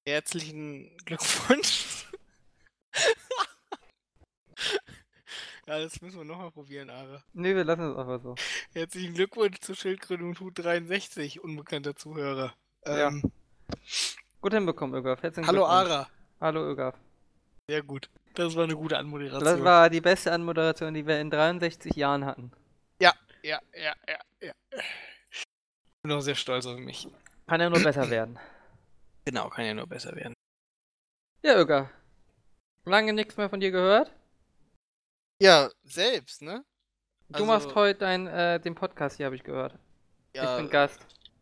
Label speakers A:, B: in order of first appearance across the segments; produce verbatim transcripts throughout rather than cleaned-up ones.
A: Herzlichen Glückwunsch. Ja, das müssen wir nochmal probieren, Ara.
B: Nee, wir lassen es einfach so.
A: Herzlichen Glückwunsch zu Schildkröte und Hut dreiundsechzig, unbekannter Zuhörer.
B: Ja.
A: Ähm,
B: Gut hinbekommen, Ögaf. Herzlichen
A: hallo
B: Glückwunsch.
A: Ara.
B: Hallo, Ögaf.
A: Sehr gut. Das war eine gute Anmoderation.
B: Das war die beste Anmoderation, die wir in dreiundsechzig Jahren hatten.
A: Ja, ja, ja, ja, ja. Ich bin auch sehr stolz auf mich.
B: Kann ja nur besser werden.
A: Genau, kann ja nur besser werden.
B: Ja, Ögaf. Lange nichts mehr von dir gehört.
A: Ja, selbst, ne?
B: Du machst heute dein, äh, den Podcast hier, habe ich gehört.
A: Ja,
B: ich bin Gast.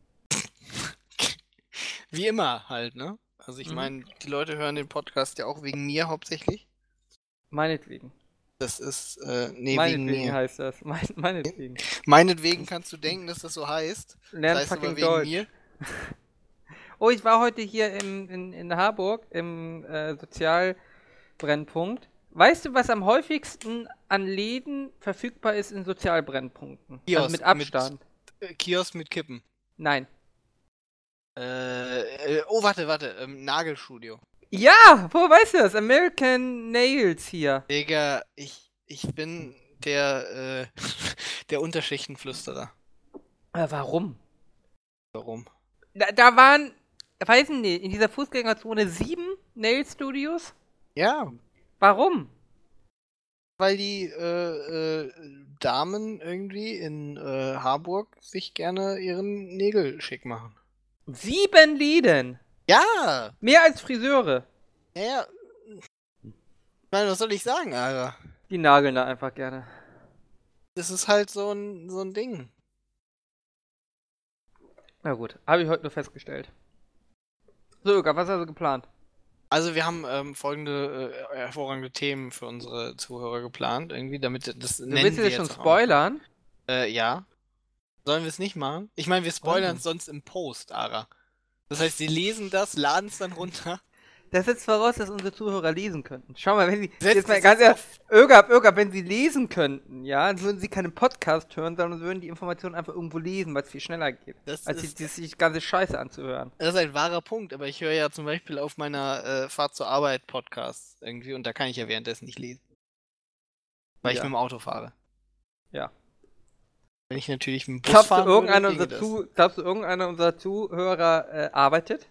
A: Wie immer halt, ne? Also ich
B: Mhm.
A: meine, die Leute hören den Podcast ja auch wegen mir hauptsächlich.
B: Meinetwegen.
A: Das ist, äh, nee,
B: Meinetwegen
A: wegen mir.
B: heißt das. Mein, meinetwegen.
A: Meinetwegen kannst du denken, dass das so heißt.
B: Lern
A: das heißt
B: fucking
A: aber wegen
B: Deutsch.
A: mir.
B: Oh, ich war heute hier im, in, in Harburg im äh, Sozialbrennpunkt. Weißt du, was am häufigsten an Läden verfügbar ist in Sozialbrennpunkten?
A: Kiosk,
B: also mit Abstand.
A: Mit, äh, Kiosk mit Kippen.
B: Nein.
A: Äh, äh, oh, warte, warte. Ähm, Nagelstudio.
B: Ja, wo weißt du das? American Nails hier.
A: Digga, ich, ich bin der, äh, der Unterschichtenflüsterer.
B: Äh, warum?
A: Warum?
B: Da, da waren, weiß ich nicht, in dieser Fußgängerzone sieben Nail-Studios?
A: Ja,
B: Warum?
A: weil die äh, äh, Damen irgendwie in äh, Harburg sich gerne ihren Nägel schick machen.
B: Sieben Läden.
A: Ja!
B: Mehr als Friseure.
A: Naja. Ich meine, was soll ich sagen, Alter?
B: Die nageln da einfach gerne.
A: Das ist halt so ein, so ein Ding.
B: Na gut, habe ich heute nur festgestellt. So, Öger, was hast du geplant?
A: Also wir haben ähm, folgende äh, hervorragende Themen für unsere Zuhörer geplant, irgendwie, damit das
B: Du
A: nennen
B: willst
A: wir
B: jetzt schon
A: jetzt am
B: spoilern?
A: Anfang. Äh, ja. Sollen wir es nicht machen? Ich meine, wir spoilern
B: Wollen
A: es sonst im Post, Ara. Das heißt, sie lesen das, laden es dann runter.
B: Das setzt voraus, dass unsere Zuhörer lesen könnten. Schau mal, wenn sie,
A: Setz-
B: jetzt mal
A: setz
B: ganz ehrlich,
A: auf-
B: Öger, Öger, wenn sie lesen könnten, ja, dann würden sie keinen Podcast hören, sondern würden die Informationen einfach irgendwo lesen, weil es viel schneller geht,
A: Das
B: als
A: ist-
B: sich die, die ganze Scheiße anzuhören.
A: Das ist ein wahrer Punkt, aber ich höre ja zum Beispiel auf meiner äh, Fahrt zur Arbeit Podcasts irgendwie und da kann ich ja währenddessen nicht lesen. Weil
B: Ja.
A: ich mit dem Auto fahre.
B: Ja.
A: Wenn ich natürlich mit dem Bus
B: Glaubst du,
A: fahren
B: irgendeiner
A: würde,
B: unserer
A: ginge
B: Zu, glaubst du, irgendeiner unserer Zuhörer äh, arbeitet?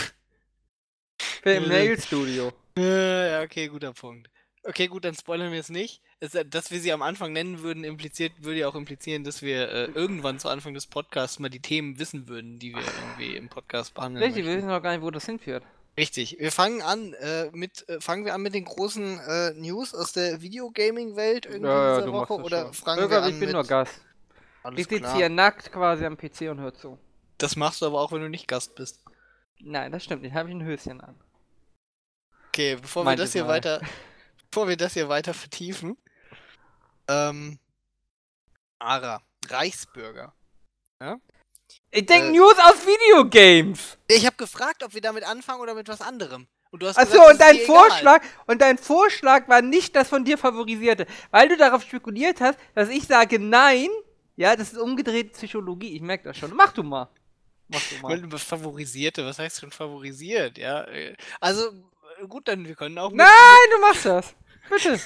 B: Für im
A: Ja,
B: Nail-Studio.
A: das- Äh, ja, okay, guter Punkt. Okay, gut, dann spoilern wir es nicht. Es, äh, dass wir sie am Anfang nennen würden, impliziert, würde ja auch implizieren, dass wir äh, irgendwann zu Anfang des Podcasts mal die Themen wissen würden, die wir irgendwie im Podcast behandeln
B: Richtig, wir
A: möchten.
B: wissen noch gar nicht, wo das hinführt.
A: Richtig. Wir fangen an äh, mit äh, fangen wir an mit den großen äh, News aus der Videogaming-Welt irgendwie
B: Ja, ja,
A: dieser
B: du machst
A: Woche
B: das
A: oder
B: schon.
A: fangen
B: Öger,
A: wir an
B: ich bin
A: mit
B: nur Gast.
A: Alles
B: Ich sitze
A: klar.
B: hier nackt quasi am P C und hör zu.
A: Das machst du aber auch, wenn du nicht Gast bist.
B: Nein, das stimmt nicht. Habe ich ein Höschen an.
A: Okay, bevor wir
B: Meinte
A: das hier
B: mal.
A: weiter, bevor wir das hier weiter vertiefen, ähm, Ara, Reichsbürger.
B: Ich denke
A: Äh.
B: News aus Videogames.
A: Ich habe gefragt, ob wir damit anfangen oder mit was anderem. Und du hast
B: Achso,
A: gesagt,
B: und
A: das
B: dein
A: ist dir egal.
B: Vorschlag, und dein Vorschlag war nicht das von dir favorisierte, weil du darauf spekuliert hast, dass ich sage nein. Ja, das ist umgedrehte Psychologie. Ich merke das schon. Mach du mal. Mach du mal.
A: Weil- Favorisierte, was heißt schon favorisiert? Ja, äh, also äh, gut, dann wir können auch mit-
B: Nein, du machst das. Bitte.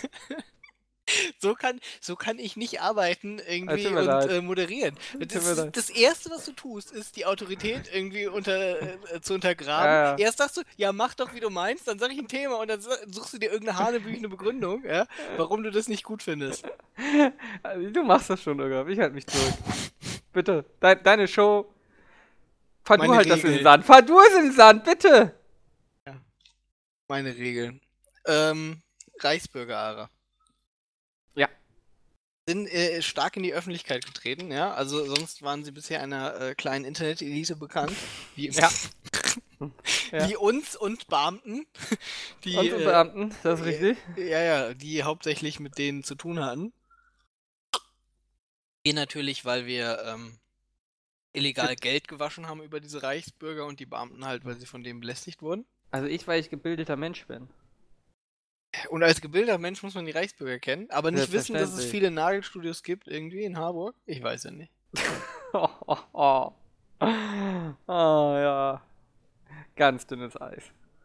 A: So kann, so kann ich nicht arbeiten irgendwie
B: tut mir
A: und
B: leid.
A: äh, moderieren.
B: Tut
A: Das,
B: mir leid.
A: das Erste, was du tust, ist die Autorität irgendwie unter, äh, zu untergraben.
B: Ja, ja.
A: Erst sagst du, ja, mach doch, wie du meinst, dann sag ich ein Thema und dann sa- suchst du dir irgendeine hanebüchene Begründung, ja, warum du das nicht gut findest.
B: Also, du machst das schon, Öger. Ich halte mich zurück. Bitte. Dein, deine Show. Fahr du
A: Meine
B: halt das in den
A: Regeln.
B: Sand. Fahr du es in den Sand, bitte.
A: Meine Regeln. Ähm, Reichsbürger, Ara.
B: Ja.
A: Sind äh, stark in die Öffentlichkeit getreten, ja. Also sonst waren sie bisher einer äh, kleinen Internet-Elite bekannt. Wie,
B: Ja. Ja.
A: wie uns und Beamten. Die,
B: Und
A: äh,
B: Beamten, das ist richtig.
A: Ja, ja, die hauptsächlich mit denen zu tun hatten. Wir natürlich, weil wir ähm, illegal Geld gewaschen haben über diese Reichsbürger und die Beamten halt, weil sie von denen belästigt wurden.
B: Also ich, weil ich gebildeter Mensch bin.
A: Und als gebildeter Mensch muss man die Reichsbürger kennen, aber nicht wissen, dass es
B: Selbstverständlich.
A: viele Nagelstudios gibt irgendwie in Harburg. Ich weiß ja nicht.
B: Oh, oh, oh. Ah, ja. Ganz dünnes Eis.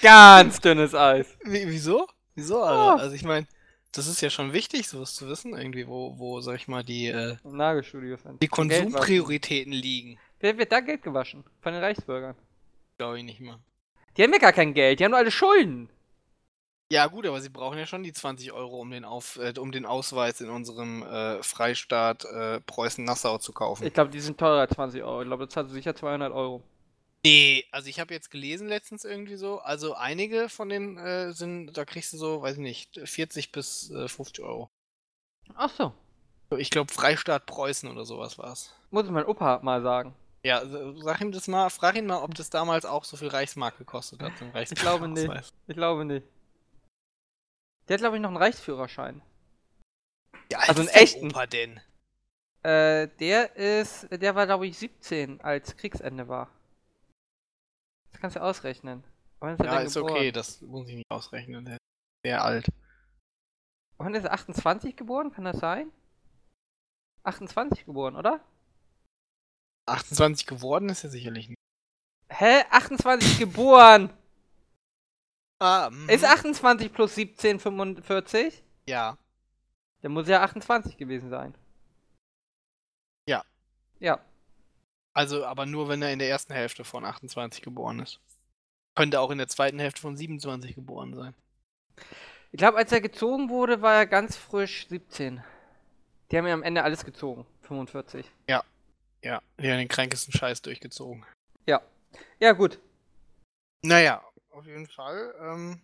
B: ganz dünnes Eis.
A: Wie, wieso? Wieso, Alter?
B: Oh.
A: Also ich meine, das ist ja schon wichtig, sowas zu wissen, irgendwie, wo, wo, sag ich mal, die, äh,
B: Nagelstudios sind.
A: die
B: Von Geld waschen.
A: Konsumprioritäten liegen.
B: Wer wird da Geld gewaschen? Von den Reichsbürgern.
A: Glaube ich nicht mal.
B: Die haben ja gar kein Geld, die haben nur alle Schulden.
A: Ja gut, aber sie brauchen ja schon die zwanzig Euro, um den, Auf, äh, um den Ausweis in unserem äh, Freistaat äh, Preußen-Nassau zu kaufen.
B: Ich glaube, die sind teurer als zwanzig Euro. Ich glaube, das hat sicher zweihundert Euro.
A: Nee, also ich habe jetzt gelesen letztens irgendwie so, also einige von denen äh, sind, da kriegst du so, weiß ich nicht, vierzig bis äh, fünfzig Euro.
B: Ach so.
A: Ich glaube Freistaat Preußen oder sowas war's.
B: Muss ich mein Opa mal sagen.
A: Ja, sag ihm das mal, frag ihn mal, ob das damals auch so viel Reichsmark gekostet hat. So
B: Ich glaube nicht. Ich glaube nicht. Der hat, glaube ich, noch einen Reichsführerschein.
A: Ja,
B: also einen
A: ist dein
B: echten.
A: Opa denn?
B: Äh, der ist, der war, glaube ich, siebzehn, als Kriegsende war. Das kannst du ausrechnen. Wann ist er
A: Ja,
B: denn
A: ist
B: geboren?
A: okay, das muss ich nicht ausrechnen. Der ist sehr alt.
B: Wann ist er achtundzwanzig geboren? Kann das sein? achtundzwanzig geboren, oder?
A: achtundzwanzig geworden ist er sicherlich nicht.
B: Hä? achtundzwanzig geboren!
A: Ah, mhm.
B: Ist achtundzwanzig plus siebzehn fünfundvierzig?
A: Ja.
B: Dann muss er achtundzwanzig gewesen sein.
A: Ja.
B: Ja.
A: Also, aber nur, wenn er in der ersten Hälfte von achtundzwanzig geboren ist. Könnte auch in der zweiten Hälfte von siebenundzwanzig geboren sein.
B: Ich glaube, als er gezogen wurde, war er ganz frisch siebzehn. Die haben ja am Ende alles gezogen. fünfundvierzig.
A: Ja. Ja, die haben den kränkesten Scheiß durchgezogen.
B: Ja. Ja, gut.
A: Naja, auf jeden Fall. Ähm,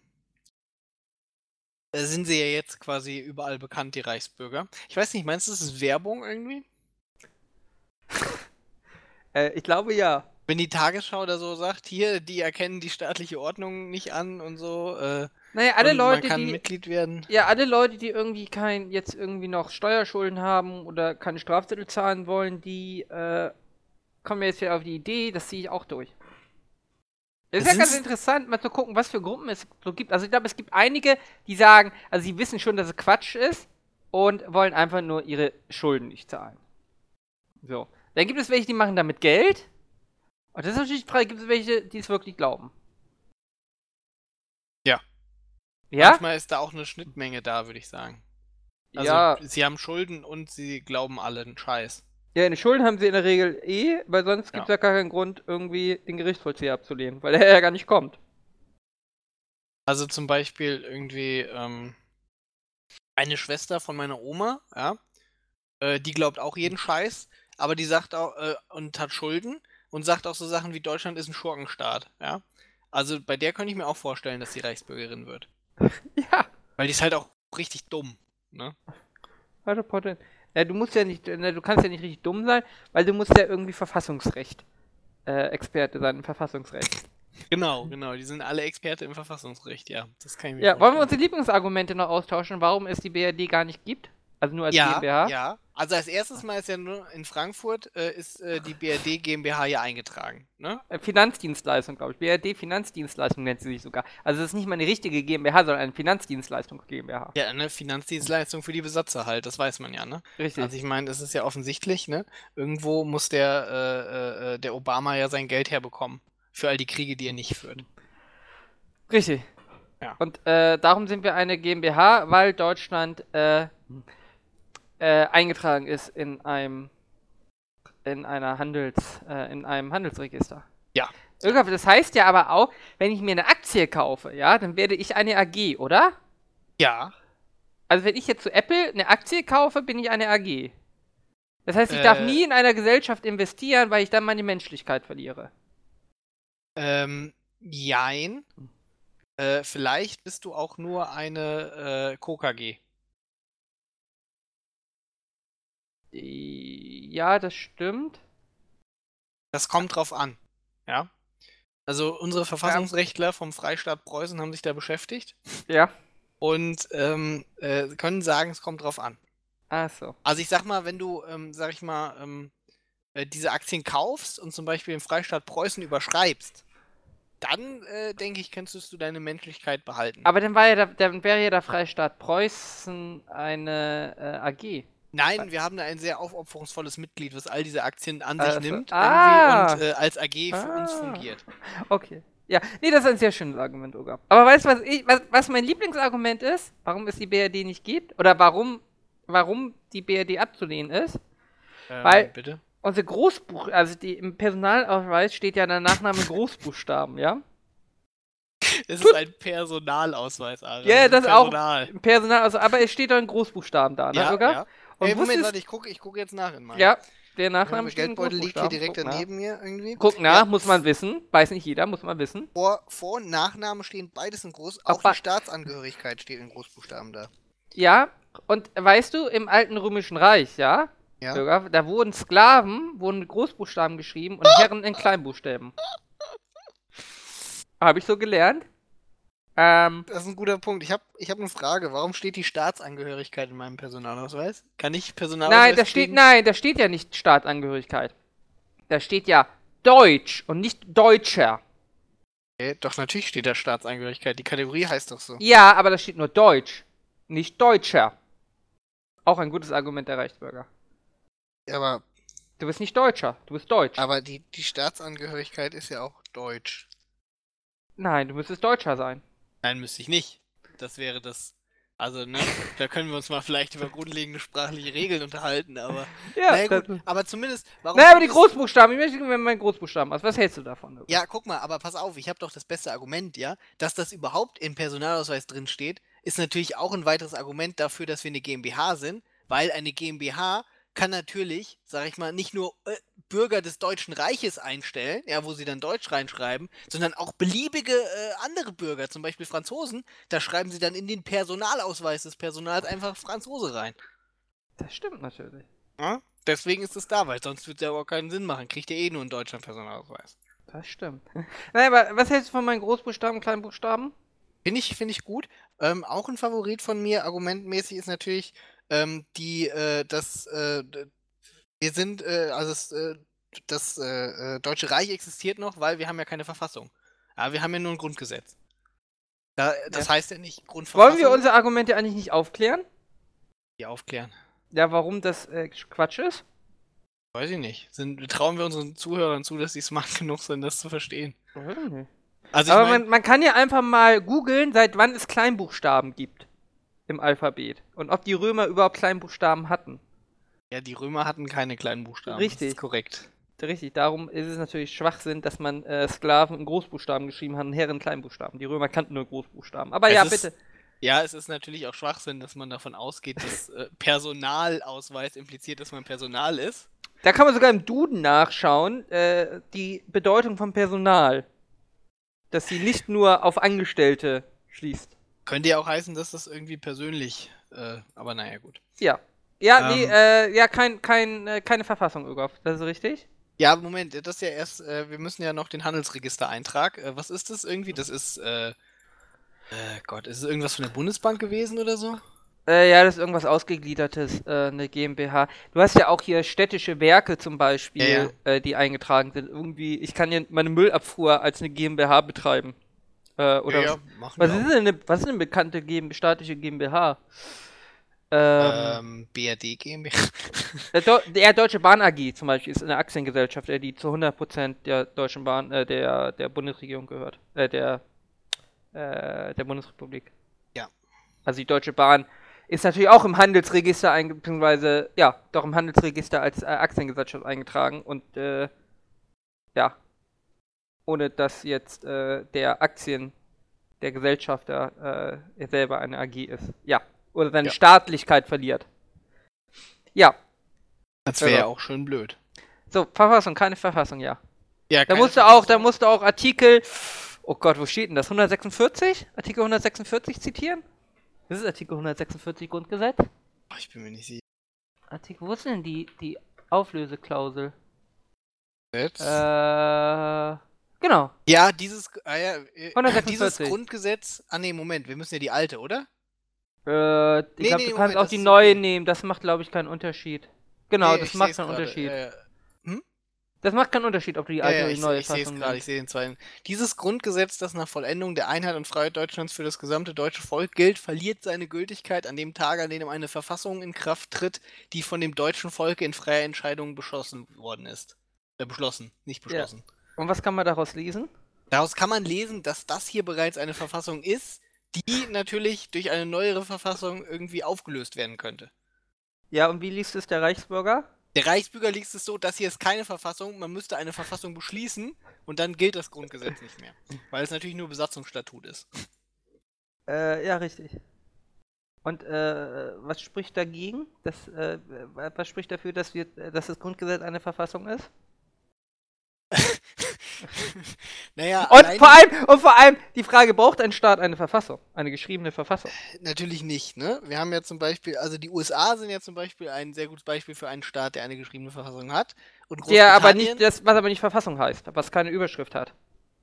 A: äh, sind sie ja jetzt quasi überall bekannt, die Reichsbürger. Ich weiß nicht, meinst du, das ist Werbung irgendwie?
B: Äh, ich glaube ja.
A: Wenn die Tagesschau da so sagt, hier, die erkennen die staatliche Ordnung nicht an und so, äh,
B: Naja, alle
A: und
B: Leute,
A: man kann
B: die.
A: Mitglied werden.
B: Ja, alle Leute, die irgendwie kein, jetzt irgendwie noch Steuerschulden haben oder keine Strafzettel zahlen wollen, die äh, kommen jetzt wieder auf die Idee, das ziehe ich auch durch. Es ist ja
A: Sind's-
B: ganz interessant, mal zu gucken, was für Gruppen es so gibt. Also ich glaube, es gibt einige, die sagen, also sie wissen schon, dass es Quatsch ist und wollen einfach nur ihre Schulden nicht zahlen. So. Dann gibt es welche, die machen damit Geld. Und das ist natürlich die Frage, gibt es welche, die es wirklich glauben?
A: Ja.
B: Ja?
A: Manchmal ist da auch eine Schnittmenge da, würde ich sagen. Also,
B: ja.
A: sie haben Schulden und sie glauben alle einen Scheiß.
B: Ja, eine Schulden haben sie in der Regel eh, weil sonst gibt es
A: Ja.
B: ja gar keinen Grund, irgendwie den Gerichtsvollzieher abzulehnen, weil der ja gar nicht kommt.
A: Also zum Beispiel irgendwie ähm, eine Schwester von meiner Oma, ja, äh, die glaubt auch jeden Scheiß, aber die sagt auch, äh, und hat Schulden und sagt auch so Sachen wie Deutschland ist ein Schurkenstaat, ja. Also bei der könnte ich mir auch vorstellen, dass sie Reichsbürgerin wird.
B: Ja,
A: Weil die ist halt auch richtig dumm, ne?
B: warte, Potten. Ja, du musst ja nicht, ne, du kannst ja nicht richtig dumm sein, weil du musst ja irgendwie Verfassungsrecht äh, Experte sein, im Verfassungsrecht.
A: Genau, genau, die sind alle Experte im Verfassungsrecht, ja. Das kann ich mir
B: Ja, wollen wir
A: vorstellen.
B: unsere Lieblingsargumente noch austauschen, warum es die B R D gar nicht gibt? Also nur als
A: Ja,
B: GmbH?
A: ja. Also als erstes Mal ist ja nur in Frankfurt äh, ist äh, die B R D GmbH ja eingetragen, ne?
B: Äh, Finanzdienstleistung, glaube ich. B R D Finanzdienstleistung nennt sie sich sogar. Also es ist nicht mal eine richtige GmbH, sondern eine Finanzdienstleistung GmbH.
A: Ja, eine Finanzdienstleistung für die Besatzer halt, das weiß man ja, ne?
B: Richtig.
A: Also ich meine, es ist ja offensichtlich, ne? Irgendwo muss der, äh, äh, der Obama ja sein Geld herbekommen. Für all die Kriege, die er nicht führt.
B: Richtig.
A: Ja.
B: Und äh, darum sind wir eine GmbH, weil Deutschland äh, äh, eingetragen ist in einem in einer Handels äh, in einem Handelsregister.
A: Ja.
B: Irrgard, das heißt ja aber auch, wenn ich mir eine Aktie kaufe, ja, dann werde ich eine A G, oder?
A: Ja.
B: Also wenn ich jetzt zu Apple eine Aktie kaufe, bin ich eine A G. Das heißt, ich darf
A: Äh.
B: nie in einer Gesellschaft investieren, weil ich dann meine Menschlichkeit verliere.
A: Ähm, jein. Äh, vielleicht bist du auch nur eine äh, Co K G.
B: Ja, das stimmt.
A: Das kommt drauf an. Ja. Also unsere Verfassungsrechtler vom Freistaat Preußen haben sich da beschäftigt
B: Ja.
A: und ähm, äh, können sagen, es kommt drauf an.
B: Ach so.
A: Also ich sag mal, wenn du, ähm, sag ich mal, ähm, äh, diese Aktien kaufst und zum Beispiel im Freistaat Preußen überschreibst, dann äh, denke ich, kannst du deine Menschlichkeit behalten.
B: Aber dann, war ja der, dann wäre ja der Freistaat Preußen eine äh, A G.
A: Nein, wir haben da ein sehr aufopferungsvolles Mitglied, was all diese Aktien an sich
B: Also,
A: nimmt
B: ah.
A: irgendwie und äh, als A G für uns
B: Ah.
A: fungiert.
B: Okay. Ja, nee, das ist ein sehr schönes Argument, Oga. Aber weißt du, was, ich, was, was mein Lieblingsargument ist, warum es die B R D nicht gibt? Oder warum, warum die B R D abzulehnen ist?
A: Ähm,
B: Weil
A: bitte?
B: unsere Großbuch, also die, im Personalausweis steht ja der Nachname in Großbuchstaben, ja?
A: Es ist ein Personalausweis, Alter.
B: Ja, das ist auch
A: Personal.
B: im Personalausweis, aber es steht doch in Großbuchstaben da, ne,
A: Ja,
B: Oga?
A: ja.
B: Und
A: Ey, Moment,
B: wusstest-
A: warte, ich gucke ich guck jetzt nach in meinem.
B: Ja, der
A: Mein
B: Nachname steht in
A: Geldbeutel liegt hier
B: Großbuchstaben.
A: direkt
B: Guck nach.
A: daneben mir irgendwie.
B: Guck nach,
A: Ja.
B: muss man wissen. Weiß nicht jeder, muss man wissen.
A: Vor, Vor- und Nachname stehen beides in Groß.
B: Auch
A: Auch
B: bei-
A: die Staatsangehörigkeit steht in Großbuchstaben da.
B: Ja, und weißt du, im alten Römischen Reich, ja,
A: Ja.
B: Bürger, da wurden Sklaven, wurden mit Großbuchstaben geschrieben und Herren in Kleinbuchstaben. Habe ich so gelernt. Ähm,
A: Das ist ein guter Punkt. Ich habe ich hab eine Frage. Warum steht die Staatsangehörigkeit in meinem Personalausweis? Kann ich Personalausweis
B: nein, da steht,
A: kriegen?
B: nein, da steht ja nicht Staatsangehörigkeit. Da steht ja Deutsch und nicht Deutscher.
A: Okay, doch, natürlich steht da Staatsangehörigkeit. Die Kategorie heißt doch so.
B: Ja, aber da steht nur Deutsch, nicht Deutscher. Auch ein gutes Argument der Reichsbürger.
A: Aber,
B: Du bist nicht Deutscher, du bist Deutsch.
A: aber die, die Staatsangehörigkeit ist ja auch deutsch.
B: Nein, du müsstest Deutscher sein.
A: Nein, müsste ich nicht. Das wäre das. Also, ne, da können wir uns mal vielleicht über grundlegende sprachliche Regeln unterhalten, aber.
B: Ja,
A: naja,
B: das-
A: gut, aber zumindest. Warum
B: Naja, aber die
A: steht es-
B: Großbuchstaben, ich möchte mir meinen Großbuchstaben aus. Was hältst du davon?
A: Ja, guck mal, aber pass auf, ich habe doch das beste Argument, ja? Dass das überhaupt im Personalausweis drin steht, ist natürlich auch ein weiteres Argument dafür, dass wir eine GmbH sind, weil eine GmbH kann natürlich, sag ich mal, nicht nur äh, Bürger des Deutschen Reiches einstellen, ja, wo sie dann Deutsch reinschreiben, sondern auch beliebige äh, andere Bürger, zum Beispiel Franzosen, da schreiben sie dann in den Personalausweis des Personals einfach Franzose rein.
B: Das stimmt natürlich.
A: Ja? Deswegen ist es da, weil sonst wird es ja überhaupt keinen Sinn machen. Kriegt ihr eh nur in Deutschland Personalausweis.
B: Das stimmt. Naja, aber was hältst du von meinen Großbuchstaben, Kleinbuchstaben?
A: Finde ich, finde ich gut. Ähm, auch ein Favorit von mir, argumentmäßig, ist natürlich ähm, die, äh, das, äh, d- wir sind, äh, also das, äh, das äh, äh, Deutsche Reich existiert noch, weil wir haben ja keine Verfassung. Ja, wir haben ja nur ein Grundgesetz. Da, das heißt ja nicht Grundverfassung.
B: Wollen wir unsere Argumente eigentlich nicht aufklären?
A: die aufklären?
B: Ja, warum das äh, Quatsch ist?
A: Weiß ich nicht. Sind, trauen wir unseren Zuhörern zu, dass sie smart genug sind, das zu verstehen?
B: Weiß ich nicht.
A: Also ich
B: Aber
A: mein,
B: man, man kann ja einfach mal googeln, seit wann es Kleinbuchstaben gibt im Alphabet. Und ob die Römer überhaupt Kleinbuchstaben hatten.
A: ja, die Römer hatten keine kleinen Buchstaben.
B: Richtig.
A: Das ist korrekt.
B: Richtig, darum ist es natürlich Schwachsinn, dass man äh, Sklaven in Großbuchstaben geschrieben hat und Herren in Kleinbuchstaben. Die Römer kannten nur Großbuchstaben. Aber
A: Es
B: ja,
A: ist-
B: bitte.
A: Ja, es ist natürlich auch Schwachsinn, dass man davon ausgeht, dass äh, Personalausweis impliziert, dass man Personal ist.
B: Da kann man sogar im Duden nachschauen, äh, die Bedeutung von Personal. Dass sie nicht nur auf Angestellte schließt.
A: Könnte ja auch heißen, dass das irgendwie persönlich, äh, aber naja, gut.
B: Ja. Ja, nee,
A: Ähm.
B: äh, ja, kein, kein, äh, keine Verfassung, Ögoff. Das ist richtig?
A: Ja, Moment, das ist ja erst, äh, wir müssen ja noch den Handelsregistereintrag. Äh, was ist das irgendwie? Das ist, äh, äh, Gott, ist es irgendwas von der Bundesbank gewesen oder so?
B: Äh, ja, das ist irgendwas Ausgegliedertes, äh, eine GmbH. Du hast ja auch hier städtische Werke zum Beispiel,
A: Ja,
B: Äh, die eingetragen sind. Irgendwie, ich kann ja meine Müllabfuhr als eine GmbH betreiben. Äh, oder
A: ja,
B: was,
A: ja, machen
B: was
A: wir
B: ist
A: auch.
B: denn eine, was ist denn eine bekannte G staatliche GmbH? Ähm,
A: Ähm, B R D GmbH.
B: der, Deu der Deutsche Bahn A G zum Beispiel ist eine Aktiengesellschaft, äh, die zu hundert Prozent der Deutschen Bahn, äh, der, der Bundesregierung gehört. Äh, der, äh, der Bundesrepublik.
A: Ja.
B: Also die Deutsche Bahn ist natürlich auch im Handelsregister einge beziehungsweise ja, doch im Handelsregister als äh, Aktiengesellschaft eingetragen und äh, ja, ohne dass jetzt äh, der Aktien der Gesellschafter äh, selber eine A G ist. Ja, oder seine
A: Ja.
B: Staatlichkeit verliert. Ja,
A: Das wäre ja
B: Ja.
A: auch schön blöd.
B: so, Verfassung, keine Verfassung, ja.
A: Ja,
B: Da
A: keine
B: musste auch, da
A: Verfassung.
B: musste auch Artikel, oh Gott, wo steht denn das? hundertsechsundvierzig? Artikel hundertsechsundvierzig zitieren? Das ist Artikel hundertsechsundvierzig Grundgesetz.
A: Oh, ich bin mir nicht sicher.
B: Artikel, wo ist denn die, die Auflöseklausel?
A: Jetzt?
B: Äh, genau.
A: Ja, dieses, ah ja, äh,
B: hundertsechsundvierzig.
A: dieses Grundgesetz. Ah nee, Moment, wir müssen ja die alte, oder?
B: Äh, ich
A: Nee,
B: glaube,
A: nee,
B: du kannst
A: Moment,
B: auch
A: das
B: die
A: ist
B: neue
A: okay.
B: nehmen. Das macht, glaube ich, keinen Unterschied. Genau,
A: Nee,
B: das
A: ich
B: macht
A: seh's
B: keinen
A: gerade.
B: Unterschied.
A: Äh,
B: Das macht keinen Unterschied, ob du die
A: Ja,
B: alte
A: ja,
B: oder die
A: ich,
B: neue
A: ich sehe es
B: Fassung
A: gerade, ich
B: nimmst.
A: sehe den zweiten. Dieses Grundgesetz, das nach Vollendung der Einheit und Freiheit Deutschlands für das gesamte deutsche Volk gilt, verliert seine Gültigkeit an dem Tag, an dem eine Verfassung in Kraft tritt, die von dem deutschen Volke in freier Entscheidung beschlossen worden ist. Äh, beschlossen, nicht beschlossen.
B: Und was kann man daraus lesen?
A: Daraus kann man lesen, dass das hier bereits eine Verfassung ist, die natürlich durch eine neuere Verfassung irgendwie aufgelöst werden könnte.
B: Ja, und wie liest es der Reichsbürger?
A: Der Reichsbürger liest es so, das hier ist keine Verfassung, man müsste eine Verfassung beschließen und dann gilt das Grundgesetz nicht mehr. Weil es natürlich nur Besatzungsstatut ist.
B: Äh, ja, richtig. Und äh, was spricht dagegen? Das, äh, was spricht dafür, dass wir, dass das Grundgesetz eine Verfassung ist?
A: Naja,
B: Und
A: allein
B: vor allem, und vor allem, die Frage, braucht ein Staat eine Verfassung? Eine geschriebene Verfassung?
A: natürlich nicht, ne? Wir haben ja zum Beispiel, also die U S A sind ja zum Beispiel ein sehr gutes Beispiel für einen Staat, der eine geschriebene Verfassung hat. Und
B: Der aber
A: Großbritannien,
B: nicht, das, was aber nicht Verfassung heißt, was keine Überschrift hat.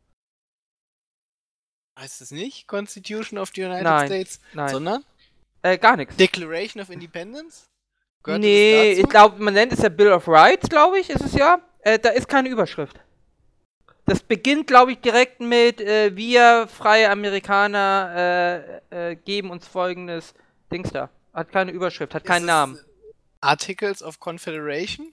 A: heißt es nicht Constitution of the United
B: Nein,
A: States,
B: nein.
A: sondern
B: Äh, gar nichts.
A: Declaration of Independence? Gehörte
B: Nee,
A: das dazu?
B: ich glaube, man nennt es ja Bill of Rights, glaube ich, ist es ja. Äh, da ist keine Überschrift. Das beginnt, glaube ich, direkt mit äh, wir, freie Amerikaner, äh, äh, geben uns folgendes Dings da. Hat keine Überschrift, hat keinen
A: Ist es
B: Namen.
A: Articles of Confederation?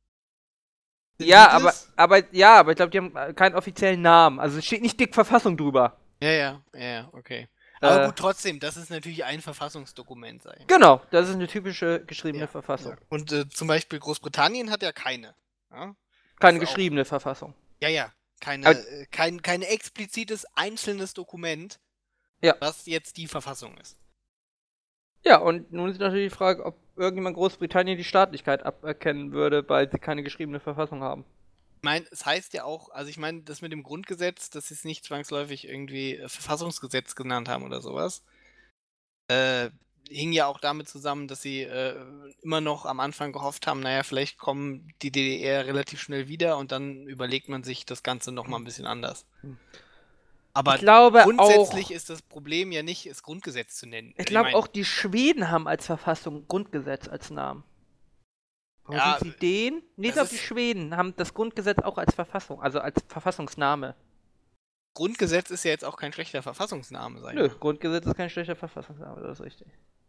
A: Sind
B: Ja,
A: die
B: aber,
A: das?
B: aber, ja, aber ich glaube, die haben äh, keinen offiziellen Namen. Also es steht nicht dick Verfassung drüber.
A: Ja, ja, ja, ja, okay. Aber
B: Äh,
A: gut, trotzdem, das ist natürlich ein Verfassungsdokument sein.
B: Genau, das ist eine typische geschriebene
A: Ja,
B: Verfassung.
A: Ja. Und äh, zum Beispiel Großbritannien hat ja keine. Ja,
B: Keine
A: das auch.
B: geschriebene Verfassung.
A: ja, ja. Keine,
B: Aber-
A: äh, kein, kein explizites einzelnes Dokument,
B: Ja.
A: was jetzt die Verfassung ist.
B: Ja, und nun ist natürlich die Frage, ob irgendjemand Großbritannien die Staatlichkeit aberkennen würde, weil sie keine geschriebene Verfassung haben.
A: Ich meine, es heißt ja auch, also ich meine, das mit dem Grundgesetz, dass sie es nicht zwangsläufig irgendwie äh, Verfassungsgesetz genannt haben oder sowas, äh, hing ja auch damit zusammen, dass sie äh, immer noch am Anfang gehofft haben, naja, vielleicht kommen die D D R relativ schnell wieder und dann überlegt man sich das Ganze nochmal ein bisschen anders. Aber
B: Ich glaube
A: grundsätzlich
B: auch,
A: ist das Problem ja nicht, es Grundgesetz zu nennen.
B: ich glaube
A: mein,
B: auch die Schweden haben als Verfassung Grundgesetz als Namen. Oder
A: Ja,
B: sind sie den? Nee, ich
A: das
B: glaube, die
A: ist-
B: Schweden haben das Grundgesetz auch als Verfassung, also als Verfassungsname.
A: Grundgesetz ist ja jetzt auch kein schlechter Verfassungsname, sag ich
B: Nö,
A: mal.
B: Grundgesetz ist kein schlechter Verfassungsname, das ist richtig.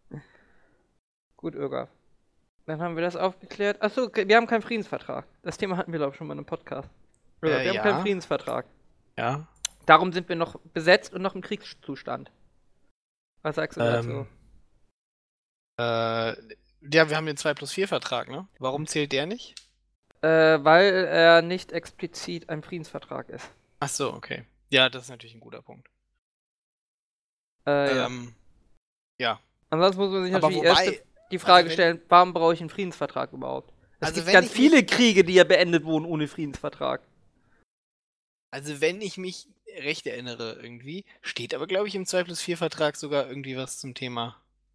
B: Gut, Irga. Dann haben wir das aufgeklärt. Achso, okay, wir haben keinen Friedensvertrag. Das Thema hatten wir, glaube ich, schon mal in einem Podcast. Irga,
A: Äh,
B: wir haben
A: ja.
B: keinen Friedensvertrag.
A: Ja.
B: Darum sind wir noch besetzt und noch im Kriegszustand. Was sagst du dazu?
A: Ähm, äh, ja, wir haben den zwei plus vier Vertrag, ne? Warum zählt der nicht?
B: Äh, weil er nicht explizit ein Friedensvertrag ist.
A: Ach so, okay. Ja, das ist natürlich ein guter Punkt.
B: Äh, ja.
A: Ähm, ja.
B: Ansonsten muss man sich
A: Aber
B: natürlich
A: wobei,
B: erst die Frage
A: wenn-
B: stellen, warum brauche ich einen Friedensvertrag überhaupt? Es
A: Also
B: gibt
A: wenn
B: ganz
A: ich
B: viele
A: mich-
B: Kriege, die ja beendet wurden ohne Friedensvertrag.
A: also wenn ich mich recht erinnere irgendwie, steht aber, glaube ich, im zwei plus vier Vertrag sogar irgendwie was zum Thema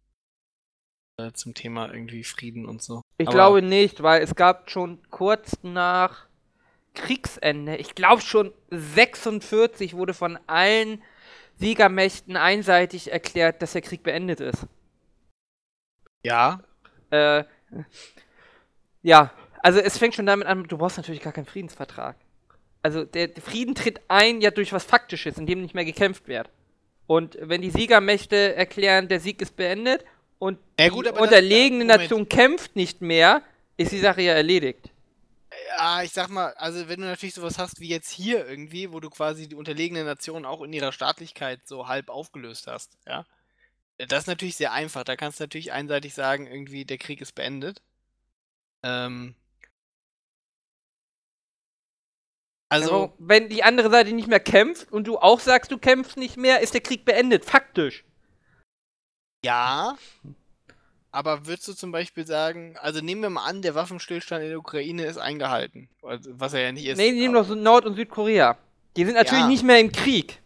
A: äh, zum Thema irgendwie Frieden und so.
B: Ich
A: Aber-
B: glaube nicht, weil es gab schon kurz nach Kriegsende, ich glaube schon sechsundvierzig wurde von allen Siegermächten einseitig erklärt, dass der Krieg beendet ist.
A: Ja,
B: Äh, ja, also es fängt schon damit an, du brauchst natürlich gar keinen Friedensvertrag. Also der, der Frieden tritt ein ja durch was Faktisches, in dem nicht mehr gekämpft wird. Und wenn die Siegermächte erklären, der Sieg ist beendet und
A: Ja, gut,
B: die
A: aber das-
B: unterlegene
A: Moment.
B: Nation kämpft nicht mehr, ist die Sache ja erledigt.
A: ja, ich sag mal, also wenn du natürlich sowas hast wie jetzt hier irgendwie, wo du quasi die unterlegene Nation auch in ihrer Staatlichkeit so halb aufgelöst hast, ja, das ist natürlich sehr einfach. Da kannst du natürlich einseitig sagen, irgendwie der Krieg ist beendet. Ähm, also,
B: Aber wenn die andere Seite nicht mehr kämpft und du auch sagst, du kämpfst nicht mehr, ist der Krieg beendet, faktisch.
A: ja, aber würdest du zum Beispiel sagen, also nehmen wir mal an, der Waffenstillstand in der Ukraine ist eingehalten, also, was er ja nicht ist.
B: Nee, die nehmen
A: aber-
B: doch so Nord- und Südkorea. Die sind natürlich
A: Ja.
B: nicht mehr im Krieg.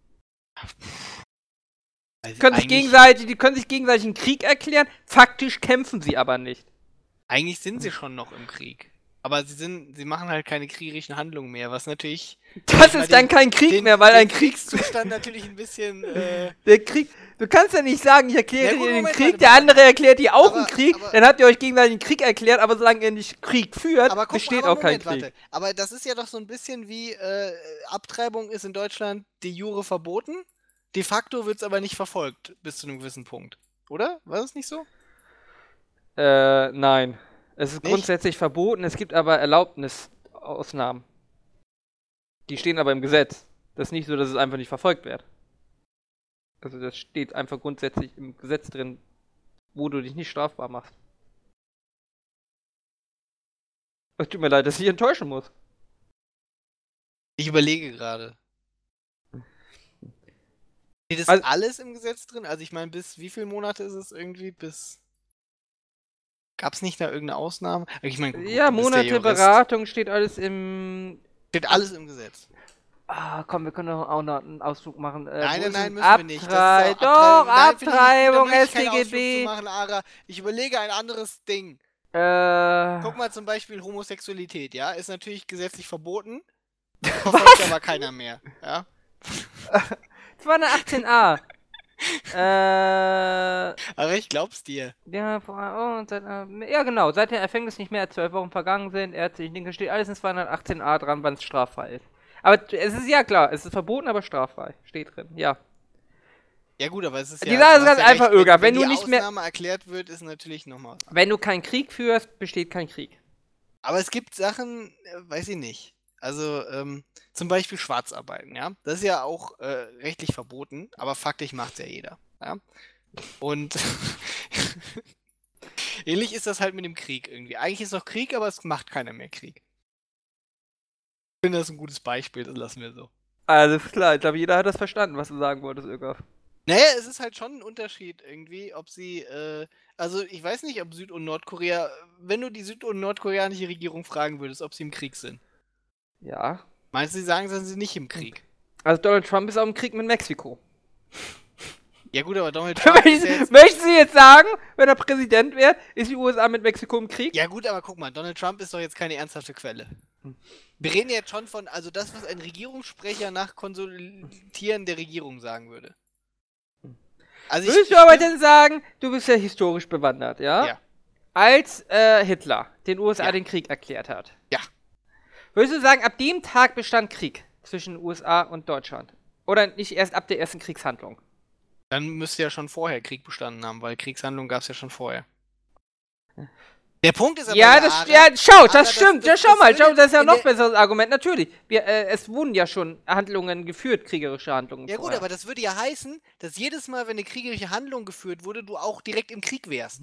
A: also
B: Die können sich
A: eigentlich-
B: gegenseitig, die können sich gegenseitig einen Krieg erklären, faktisch kämpfen sie aber nicht.
A: Eigentlich sind sie schon noch im Krieg. Aber sie sind, sie machen halt keine kriegerischen Handlungen mehr, was natürlich
B: Das
A: mal
B: ist dann
A: den-
B: kein Krieg
A: den,
B: mehr, weil
A: den
B: ein Krieg,
A: Kriegszustand natürlich ein bisschen. Äh,
B: der Krieg, du kannst ja nicht sagen, ich erkläre
A: Ja,
B: dir
A: gut,
B: den
A: Moment,
B: Krieg,
A: warte
B: der
A: mal.
B: andere erklärt dir auch
A: Aber-
B: einen Krieg,
A: aber-
B: dann habt ihr euch gegenseitig einen Krieg erklärt, aber solange ihr nicht Krieg führt,
A: aber guck
B: besteht
A: mal, aber
B: auch kein
A: Moment,
B: Krieg.
A: warte. Aber das ist ja doch so ein bisschen wie äh, Abtreibung ist in Deutschland de jure verboten. De facto wird es aber nicht verfolgt bis zu einem gewissen Punkt. Oder? War das nicht so?
B: Äh, nein. Es ist
A: Nicht?
B: grundsätzlich verboten, es gibt aber Erlaubnisausnahmen. Die stehen aber im Gesetz. Das ist nicht so, dass es einfach nicht verfolgt wird. Also das steht einfach grundsätzlich im Gesetz drin, wo du dich nicht strafbar machst. Es tut mir leid, dass ich enttäuschen muss.
A: Ich überlege gerade. Steht das
B: Also-
A: alles im Gesetz drin? Also ich meine, bis wie viele Monate ist es irgendwie? Bis. Gab's nicht da irgendeine Ausnahme? Ich meine, gut,
B: Ja,
A: du bist der
B: Monate
A: Jurist.
B: Beratung steht alles im...
A: Steht alles im Gesetz.
B: Ah, komm, wir können doch auch noch einen Ausflug machen. Äh,
A: Nein,
B: wo
A: nein,
B: ist
A: nein,
B: denn
A: müssen wir nicht. Das ist
B: Abtrei-
A: auch
B: Doch,
A: Nein, finde ich nicht gut, da
B: Abtreibung,
A: möchte ich keinen Ausflug zu
B: S T G B.
A: machen, Ara. Ich überlege ein anderes Ding.
B: Äh,
A: Guck mal zum Beispiel Homosexualität, ja? Ist natürlich gesetzlich verboten. Verfolgt aber keiner mehr, ja?
B: zweihundertachtzehn a. äh,
A: Aber ich glaub's dir.
B: ja, vor- oh, und seit, äh, ja, genau. Seit der Erfängnis nicht mehr als zwölf Wochen vergangen sind, ärztlich Dinge steht alles in zweihundertachtzehn a dran, wann es straffrei ist. Aber es ist ja klar, es ist verboten, aber straffrei. Steht drin, ja.
A: Ja gut, aber es ist
B: Die
A: ja...
B: Sache
A: du
B: ist
A: hast
B: ganz
A: ja
B: einfach,
A: recht,
B: Öger,
A: wenn,
B: wenn
A: wenn
B: du
A: die
B: nicht mehr-
A: Ausnahme erklärt wird, ist natürlich nochmal was.
B: Wenn du keinen Krieg führst, besteht kein Krieg.
A: Aber es gibt Sachen, äh, weiß ich nicht. Also, ähm, zum Beispiel Schwarzarbeiten, ja? Das ist ja auch äh, rechtlich verboten, aber faktisch macht's ja jeder, ja? Und ähnlich ist das halt mit dem Krieg irgendwie. Eigentlich ist noch Krieg, aber es macht keiner mehr Krieg. Ich finde das ein gutes Beispiel, das lassen wir so.
B: Alles klar, ich glaube, jeder hat das verstanden, was du sagen wolltest, Öger.
A: Naja, es ist halt schon ein Unterschied irgendwie, ob sie, äh, also ich weiß nicht, ob Süd- und Nordkorea, wenn du die süd- und nordkoreanische Regierung fragen würdest, ob sie im Krieg sind.
B: Ja.
A: Meinst du, sie sagen, sind sie nicht im Krieg?
B: Also Donald Trump ist auch im Krieg mit Mexiko.
A: Ja gut, aber Donald Trump ist ja jetzt...
B: Möchten Sie jetzt sagen, wenn er Präsident wäre, ist die U S A mit Mexiko im Krieg?
A: Ja gut, aber guck mal, Donald Trump ist doch jetzt keine ernsthafte Quelle. Wir reden jetzt schon von, also das, was ein Regierungssprecher nach Konsultieren der Regierung sagen würde. Also
B: Würdest du aber denn sagen, du bist ja historisch bewandert, ja?
A: Ja.
B: Als äh, Hitler den U S A
A: Ja.
B: den Krieg erklärt hat.
A: Ja.
B: Würdest du sagen, ab dem Tag bestand Krieg zwischen U S A und Deutschland? Oder nicht erst ab der ersten Kriegshandlung?
A: Dann müsste ja schon vorher Krieg bestanden haben, weil Kriegshandlungen gab es ja schon vorher. Der Punkt ist aber,
B: Ja, das,
A: Ara,
B: ja, schau,
A: Ara,
B: das stimmt.
A: das,
B: ja, schau mal,
A: würde
B: schau, das ist ja
A: in
B: noch
A: der-
B: besseres Argument. Natürlich, wir, äh, es wurden ja schon Handlungen geführt, kriegerische Handlungen.
A: Ja gut,
B: vorher.
A: aber das würde ja heißen, dass jedes Mal, wenn eine kriegerische Handlung geführt wurde, du auch direkt im Krieg wärst.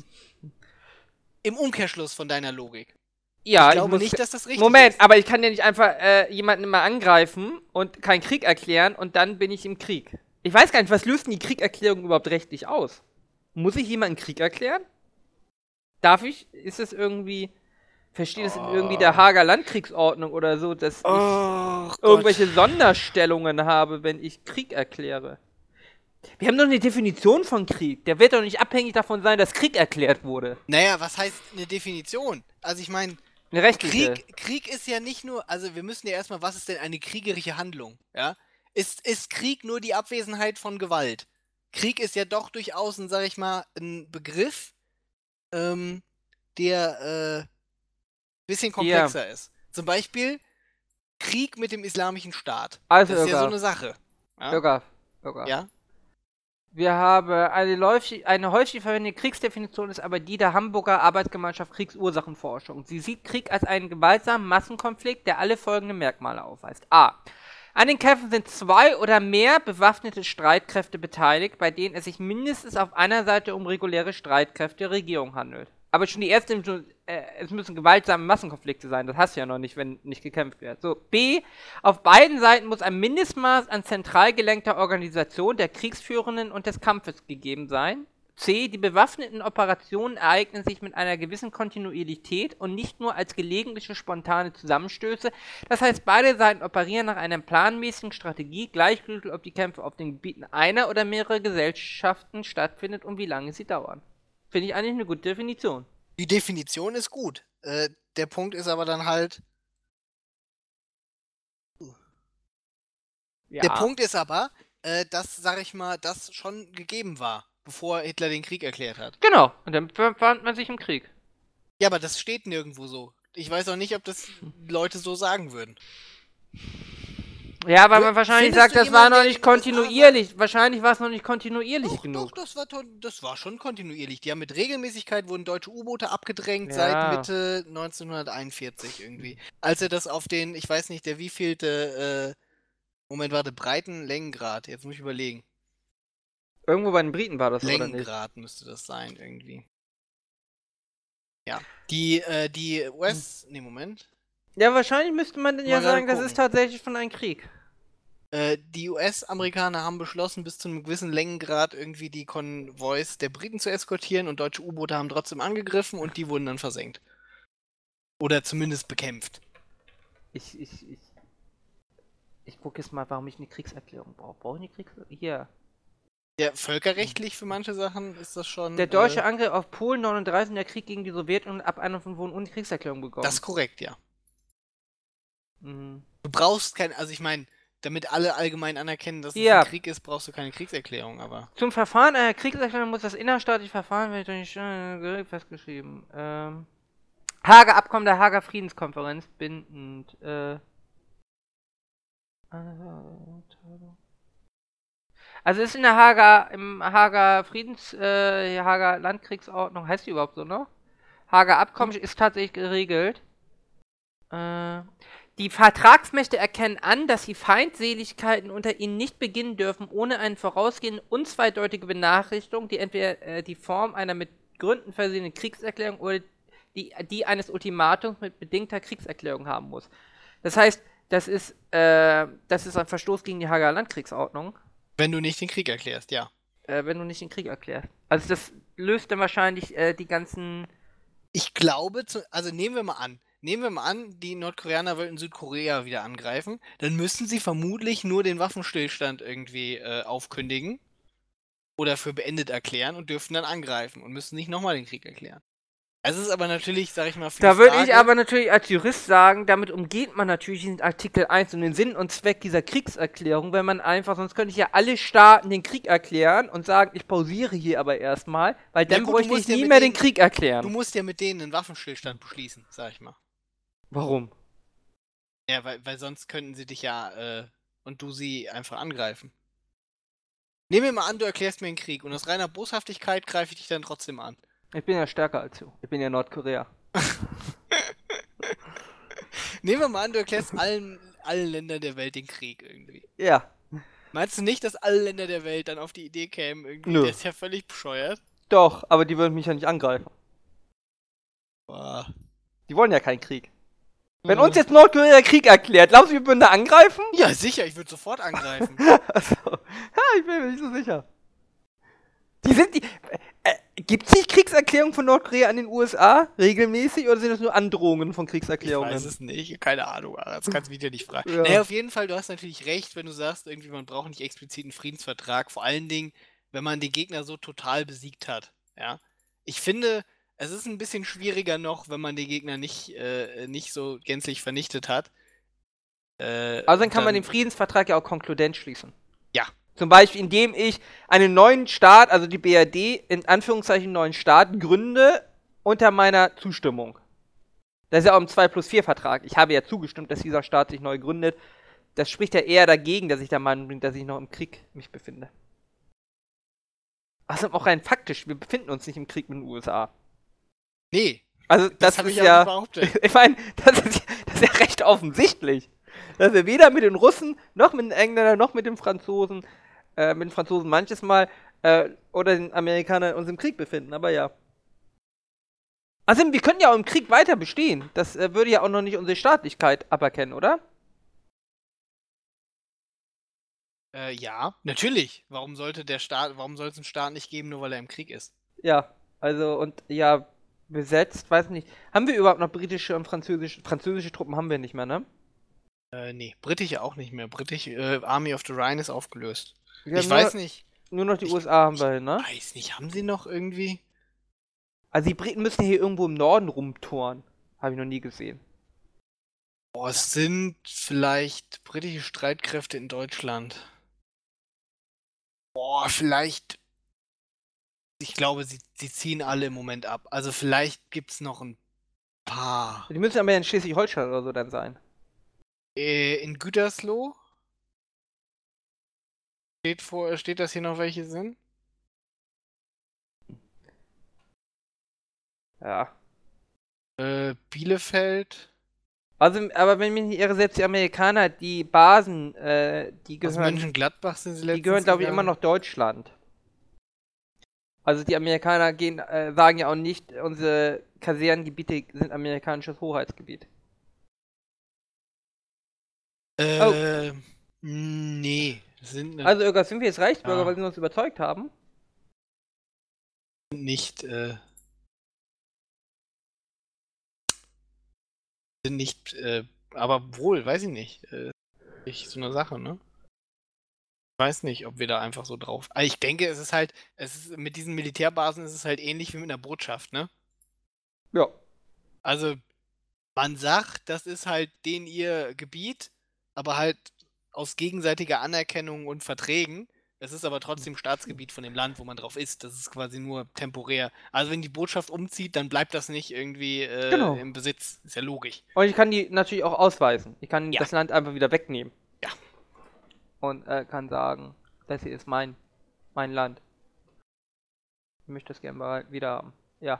A: Im Umkehrschluss von deiner Logik.
B: ja,
A: ich glaube
B: muss,
A: nicht, dass das richtig
B: Moment,
A: ist.
B: aber ich kann ja nicht einfach äh, jemanden immer angreifen und keinen Krieg erklären und dann bin ich im Krieg. Ich weiß gar nicht, was löst denn die Kriegerklärung überhaupt rechtlich aus? Muss ich jemanden Krieg erklären? Darf ich? Ist es irgendwie... Versteht es in irgendwie der Hager Landkriegsordnung oder so, dass ich
A: Oh,
B: irgendwelche Sonderstellungen habe, wenn ich Krieg erkläre? Wir haben doch eine Definition von Krieg. Der wird doch nicht abhängig davon sein, dass Krieg erklärt wurde.
A: Naja, was heißt eine Definition? Also ich meine,
B: Eine rechtliche.
A: Krieg, Krieg ist ja nicht nur, also wir müssen ja erstmal, was ist denn eine kriegerische Handlung? Ja? Ist, ist Krieg nur die Abwesenheit von Gewalt? Krieg ist ja doch durchaus ein, sag ich mal, ein Begriff, ähm, der, äh, bisschen komplexer ist. Zum Beispiel Krieg mit dem Islamischen Staat.
B: Also,
A: Das ist ja so
B: Irga.
A: eine Sache. Ja?
B: Bürger, Bürger.
A: Ja?
B: Wir haben eine, läufig, eine häufig verwendete Kriegsdefinition ist aber die der Hamburger Arbeitsgemeinschaft Kriegsursachenforschung. Sie sieht Krieg als einen gewaltsamen Massenkonflikt, der alle folgenden Merkmale aufweist. A. An den Kämpfen sind zwei oder mehr bewaffnete Streitkräfte beteiligt, bei denen es sich mindestens auf einer Seite um reguläre Streitkräfte der Regierung handelt. Aber schon die erste, äh, es müssen gewaltsame Massenkonflikte sein, das hast du ja noch nicht, wenn nicht gekämpft wird. So, B. Auf beiden Seiten muss ein Mindestmaß an zentral gelenkter Organisation der Kriegsführenden und des Kampfes gegeben sein. C. Die bewaffneten Operationen ereignen sich mit einer gewissen Kontinuität und nicht nur als gelegentliche spontane Zusammenstöße. Das heißt, beide Seiten operieren nach einer planmäßigen Strategie, gleichgültig ob die Kämpfe auf den Gebieten einer oder mehrerer Gesellschaften stattfindet und wie lange sie dauern. Finde ich eigentlich eine gute Definition.
A: Die Definition ist gut. Äh, der Punkt ist aber dann halt,
B: Ja.
A: der Punkt ist aber, äh, dass, sag ich mal, das schon gegeben war, bevor Hitler den Krieg erklärt hat.
B: Genau, und dann befand man sich im Krieg.
A: Ja, aber das steht nirgendwo so. Ich weiß auch nicht, ob das Leute so sagen würden.
B: Ja, weil
A: Du-
B: man wahrscheinlich
A: findest
B: sagt,
A: du
B: das war
A: jemanden,
B: noch
A: der
B: nicht
A: in den U S A
B: kontinuierlich. Wahrscheinlich war es noch nicht kontinuierlich
A: Doch,
B: genug.
A: doch, das war, ton- das war schon kontinuierlich. Die haben mit Regelmäßigkeit wurden deutsche U-Boote abgedrängt
B: Ja.
A: seit Mitte neunzehnhunderteinundvierzig irgendwie. Als er das auf den, ich weiß nicht, der wievielte äh, Moment, warte, Breiten, Längengrad. Jetzt muss ich überlegen.
B: Irgendwo bei den Briten war das, oder nicht?
A: Längengrad müsste das sein, irgendwie. Ja. Die, äh, die U S...
B: Hm.
A: Nee, Moment.
B: Ja, wahrscheinlich müsste man dann
A: Mal
B: ja
A: gerade
B: sagen, das
A: gucken.
B: ist tatsächlich von einem Krieg.
A: Äh, die U S-Amerikaner haben beschlossen, bis zu einem gewissen Längengrad irgendwie die Konvois der Briten zu eskortieren und deutsche U-Boote haben trotzdem angegriffen und die wurden dann versenkt. Oder zumindest bekämpft.
B: Ich, ich, ich. Ich gucke jetzt mal, warum ich eine Kriegserklärung brauche. Brauche ich eine Kriegserklärung? Hier.
A: Ja, völkerrechtlich für manche Sachen ist das schon.
B: Der deutsche
A: äh,
B: Angriff auf Polen neununddreißig, der Krieg gegen die Sowjetunion ab einundfünfzig wurden ohne Kriegserklärung begonnen.
A: Das ist korrekt, ja.
B: Mhm.
A: Du brauchst kein, also ich meine, damit alle allgemein anerkennen, dass es
B: Ja.
A: ein Krieg ist, brauchst du keine Kriegserklärung, aber.
B: Zum Verfahren einer Kriegserklärung muss das innerstaatliche Verfahren wird durch ein Gericht festgeschrieben. Ähm, Hager Abkommen der Hager Friedenskonferenz bindend. Äh, also ist in der Hager, im Hager Friedens, äh, Hager Landkriegsordnung, heißt die überhaupt so, ne? Hager Abkommen ist tatsächlich geregelt. Äh, die Vertragsmächte erkennen an, dass die Feindseligkeiten unter ihnen nicht beginnen dürfen, ohne eine vorausgehende unzweideutige Benachrichtigung, die entweder äh, die Form einer mit Gründen versehenen Kriegserklärung oder die, die eines Ultimatums mit bedingter Kriegserklärung haben muss. Das heißt, das ist, äh, das ist ein Verstoß gegen die Hager Landkriegsordnung.
A: Wenn du nicht den Krieg erklärst, ja.
B: Äh, wenn du nicht den Krieg erklärst. Also das löst dann wahrscheinlich äh, die ganzen...
A: Ich glaube, zu, also nehmen wir mal an, nehmen wir mal an, die Nordkoreaner wollten Südkorea wieder angreifen, dann müssen sie vermutlich nur den Waffenstillstand irgendwie äh, aufkündigen oder für beendet erklären und dürfen dann angreifen und müssen nicht nochmal den Krieg erklären. Es ist aber natürlich, sag ich mal, für
B: Da
A: die
B: würde
A: Frage,
B: ich aber natürlich als Jurist sagen, damit umgeht man natürlich diesen Artikel eins und den Sinn und Zweck dieser Kriegserklärung, wenn man einfach, sonst könnte ich ja alle Staaten den Krieg erklären und sagen, ich pausiere hier aber erstmal, weil dann
A: gut, du
B: bräuchte
A: musst
B: ich
A: ja
B: nie
A: mit
B: mehr
A: denen-
B: den Krieg erklären.
A: du musst ja mit denen einen Waffenstillstand beschließen, sag ich mal.
B: Warum?
A: Ja, weil, weil sonst könnten sie dich ja äh, und du sie einfach angreifen. Nehmen wir mal an, du erklärst mir einen Krieg und aus reiner Boshaftigkeit greife ich dich dann trotzdem an.
B: Ich bin ja stärker als du. Ich bin ja Nordkorea.
A: Nehmen wir mal an, du erklärst allen, allen Ländern der Welt den Krieg irgendwie.
B: Ja.
A: Meinst du nicht, dass alle Länder der Welt dann auf die Idee kämen, irgendwie,
B: Nö.
A: der ist ja völlig bescheuert?
B: Doch, aber die würden mich ja nicht angreifen.
A: Boah.
B: Die wollen ja keinen Krieg. Wenn
A: Mhm.
B: uns jetzt Nordkorea Krieg erklärt, glaubst du, wir würden da angreifen?
A: Ja, sicher, ich würde sofort angreifen.
B: Achso. Ja, ich bin mir nicht so sicher. Die sind die. Äh, Gibt es nicht Kriegserklärungen von Nordkorea an den U S A regelmäßig oder sind das nur Androhungen von
A: Ich
B: Kriegserklärungen?
A: weiß es nicht, keine Ahnung, das kannst du mich ja nicht fragen.
B: Ja.
A: Naja, auf jeden Fall, du hast natürlich recht, wenn du sagst, irgendwie, man braucht nicht explizit einen Friedensvertrag, vor allen Dingen, wenn man den Gegner so total besiegt hat, ja. Ich finde, es ist ein bisschen schwieriger noch, wenn man den Gegner nicht, äh, nicht so gänzlich vernichtet hat. Äh,
B: Also dann kann man
A: dann-
B: den Friedensvertrag ja auch konkludent schließen.
A: Ja.
B: Zum Beispiel, indem ich einen neuen Staat, also die B R D, in Anführungszeichen neuen Staat, gründe unter meiner Zustimmung. Das ist ja auch im zwei plus vier Vertrag. Ich habe ja zugestimmt, dass dieser Staat sich neu gründet. Das spricht ja eher dagegen, dass ich der Meinung bin, dass ich noch im Krieg mich befinde. Also auch rein faktisch, wir befinden uns nicht im Krieg mit den U S A.
A: Nee,
B: Also das,
A: das habe
B: ist
A: ich
B: ja,
A: auch behauptet.
B: ich meine, das ist, das ist ja recht offensichtlich. Dass wir weder mit den Russen, noch mit den Engländern, noch mit den Franzosen, äh, mit den Franzosen manches Mal, äh, oder den Amerikanern uns im Krieg befinden, aber ja. Also wir können ja auch im Krieg weiter bestehen. Das äh, würde ja auch noch nicht unsere Staatlichkeit aberkennen, oder?
A: Äh, ja, natürlich. Warum sollte der Staat, warum soll es einen Staat nicht geben, nur weil er im Krieg ist?
B: Ja, also und ja, besetzt, weiß nicht. Haben wir überhaupt noch britische und französische, französische Truppen haben wir nicht mehr, ne?
A: Äh, nee, britische auch nicht mehr. Britisch, äh, Army of the Rhine ist aufgelöst.
B: Wir
A: ich
B: haben
A: weiß
B: nur,
A: nicht.
B: nur noch die
A: ich-
B: U S A haben wir, ne?
A: Weiß nicht, haben sie noch irgendwie?
B: Also die Briten müssen hier irgendwo im Norden rumtouren. Habe ich noch nie gesehen.
A: Boah, es sind vielleicht britische Streitkräfte in Deutschland. Boah, vielleicht. Ich glaube, sie, sie ziehen alle im Moment ab. Also vielleicht gibt's noch ein paar.
B: Die müssen aber in Schleswig-Holstein oder so dann sein.
A: Äh, in Gütersloh? Steht, vor, steht das hier noch, welche sind?
B: Ja.
A: Äh, Bielefeld.
B: Also, aber wenn mich nicht irre, selbst die Amerikaner, die Basen, äh, die
A: Aus
B: gehören,
A: Mönchengladbach sind sie
B: die
A: letztens
B: gehören, glaube ich, immer
A: gegangen.
B: noch Deutschland. Also die Amerikaner gehen, äh, sagen ja auch nicht, unsere Kasernengebiete sind amerikanisches Hoheitsgebiet. Oh,
A: Äh, nee, sind ne-
B: also Irga, sind wir jetzt Reichsbürger, weil
A: ja,
B: sie uns überzeugt haben?
A: nicht, äh, sind nicht, äh, aber wohl, weiß ich nicht. Äh, ich, so eine Sache, ne? Ich weiß nicht, ob wir da einfach so drauf. Aber ich denke, es ist halt, es ist, mit diesen Militärbasen ist es halt ähnlich wie mit einer Botschaft, ne?
B: Ja.
A: Also, man sagt, das ist halt den ihr Gebiet, aber halt aus gegenseitiger Anerkennung und Verträgen. Es ist aber trotzdem Staatsgebiet von dem Land, wo man drauf ist. Das ist quasi nur temporär. Also wenn die Botschaft umzieht, dann bleibt das nicht irgendwie äh,
B: Genau.
A: im Besitz. Ist ja logisch.
B: Und ich kann die natürlich auch ausweisen. Ich kann
A: Ja,
B: das Land einfach wieder wegnehmen
A: ja.
B: und äh, kann sagen, das hier ist mein, mein Land. Ich möchte das gerne mal wieder haben. Ja.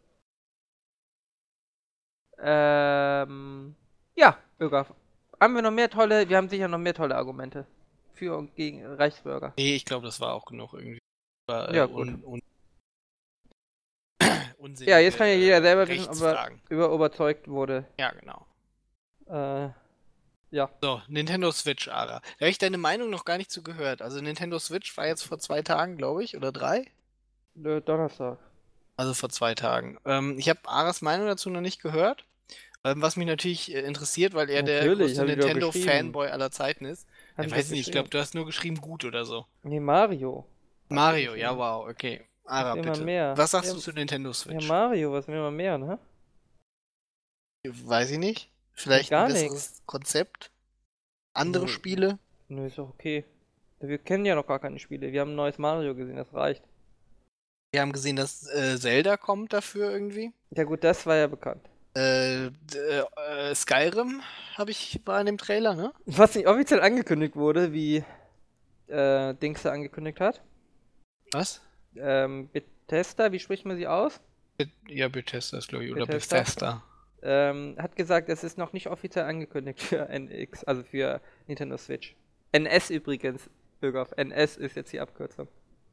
B: Ähm, ja, Irga. Haben wir noch mehr tolle, wir haben sicher noch mehr tolle Argumente für und gegen Reichsbürger.
A: Nee, ich glaube, das war auch genug irgendwie. War, äh,
B: Ja, gut.
A: un, un, unsinnige
B: Ja, jetzt kann ja jeder
A: äh,
B: selber wissen, ob er
A: Rechtsfragen.
B: über überzeugt wurde.
A: Ja, genau.
B: Äh, ja.
A: So, Nintendo Switch, Ara. Da habe ich deine Meinung noch gar nicht zu gehört. Also Nintendo Switch war jetzt vor zwei Tagen, glaube ich, oder drei?
B: Äh, Donnerstag.
A: Also vor zwei Tagen. Ähm, ich habe Aras Meinung dazu noch nicht gehört. Ähm, was mich natürlich äh, interessiert, weil er der
B: Natürlich,
A: größte
B: hab ich doch geschrieben.
A: Nintendo-Fanboy aller Zeiten ist.
B: Hab
A: Ich
B: ich
A: weiß
B: doch
A: nicht, ich glaube,
B: geschrieben.
A: du hast nur geschrieben gut oder so.
B: Nee, Mario. Hab ich
A: Mario, ja,
B: geschrieben.
A: wow, okay.
B: Was
A: Ara,
B: will man
A: bitte.
B: mehr?
A: Was sagst
B: Ja,
A: du zu Nintendo
B: ja,
A: Switch?
B: Mario, was will man mehr, ne?
A: Weiß ich nicht.
B: Nee,
A: Vielleicht ein
B: gar nichts.
A: besseres Konzept? Andere
B: Nö,
A: Spiele?
B: nö, ist doch okay. Wir kennen ja noch gar keine Spiele. Wir haben ein neues Mario gesehen, das reicht.
A: Wir haben gesehen, dass äh, Zelda kommt dafür irgendwie.
B: Ja gut, das war ja bekannt.
A: Äh, d- äh, Skyrim habe ich war in dem Trailer, ne?
B: Was nicht offiziell angekündigt wurde, wie äh, Dings da angekündigt hat.
A: Was?
B: Ähm, Bethesda, wie spricht man sie aus?
A: Be- Ja, Bethesda ist, glaube ich, oder
B: Bethesda.
A: Bethesda.
B: Ähm, hat gesagt, es ist noch nicht offiziell angekündigt für N X, also für Nintendo Switch. N S übrigens, Bürger. N S ist jetzt die Abkürzung.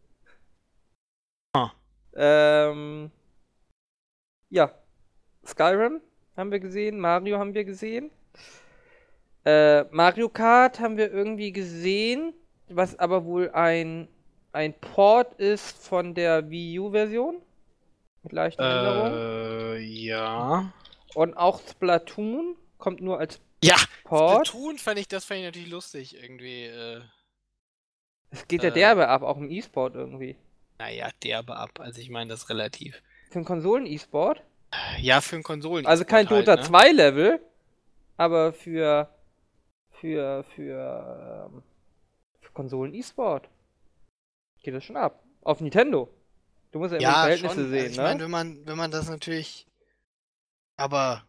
A: Ah.
B: Ähm, ja, Skyrim haben wir gesehen, Mario haben wir gesehen. Äh, Mario Kart haben wir irgendwie gesehen, was aber wohl ein, ein Port ist von der Wii U-Version. Mit leichten Änderungen.
A: Äh, ja.
B: Und auch Splatoon kommt nur als
A: Ja,
B: Port.
A: Splatoon fand ich, das fand ich natürlich lustig, irgendwie, äh,
B: Es geht ja
A: äh,
B: derbe ab, auch im E-Sport irgendwie.
A: naja, derbe ab. Also ich meine, das ist relativ.
B: Für einen Konsolen-E-Sport.
A: Ja, für einen Konsolen.
B: Also kein
A: halt,
B: Dota
A: ne?
B: zwei Level, aber für für für, ähm, für Konsolen-E-Sport geht das schon ab. Auf Nintendo. Du musst ja immer die
A: Ja,
B: Verhältnisse
A: schon.
B: sehen,
A: Also ich
B: ne?
A: meine, wenn man, wenn man das natürlich. Aber.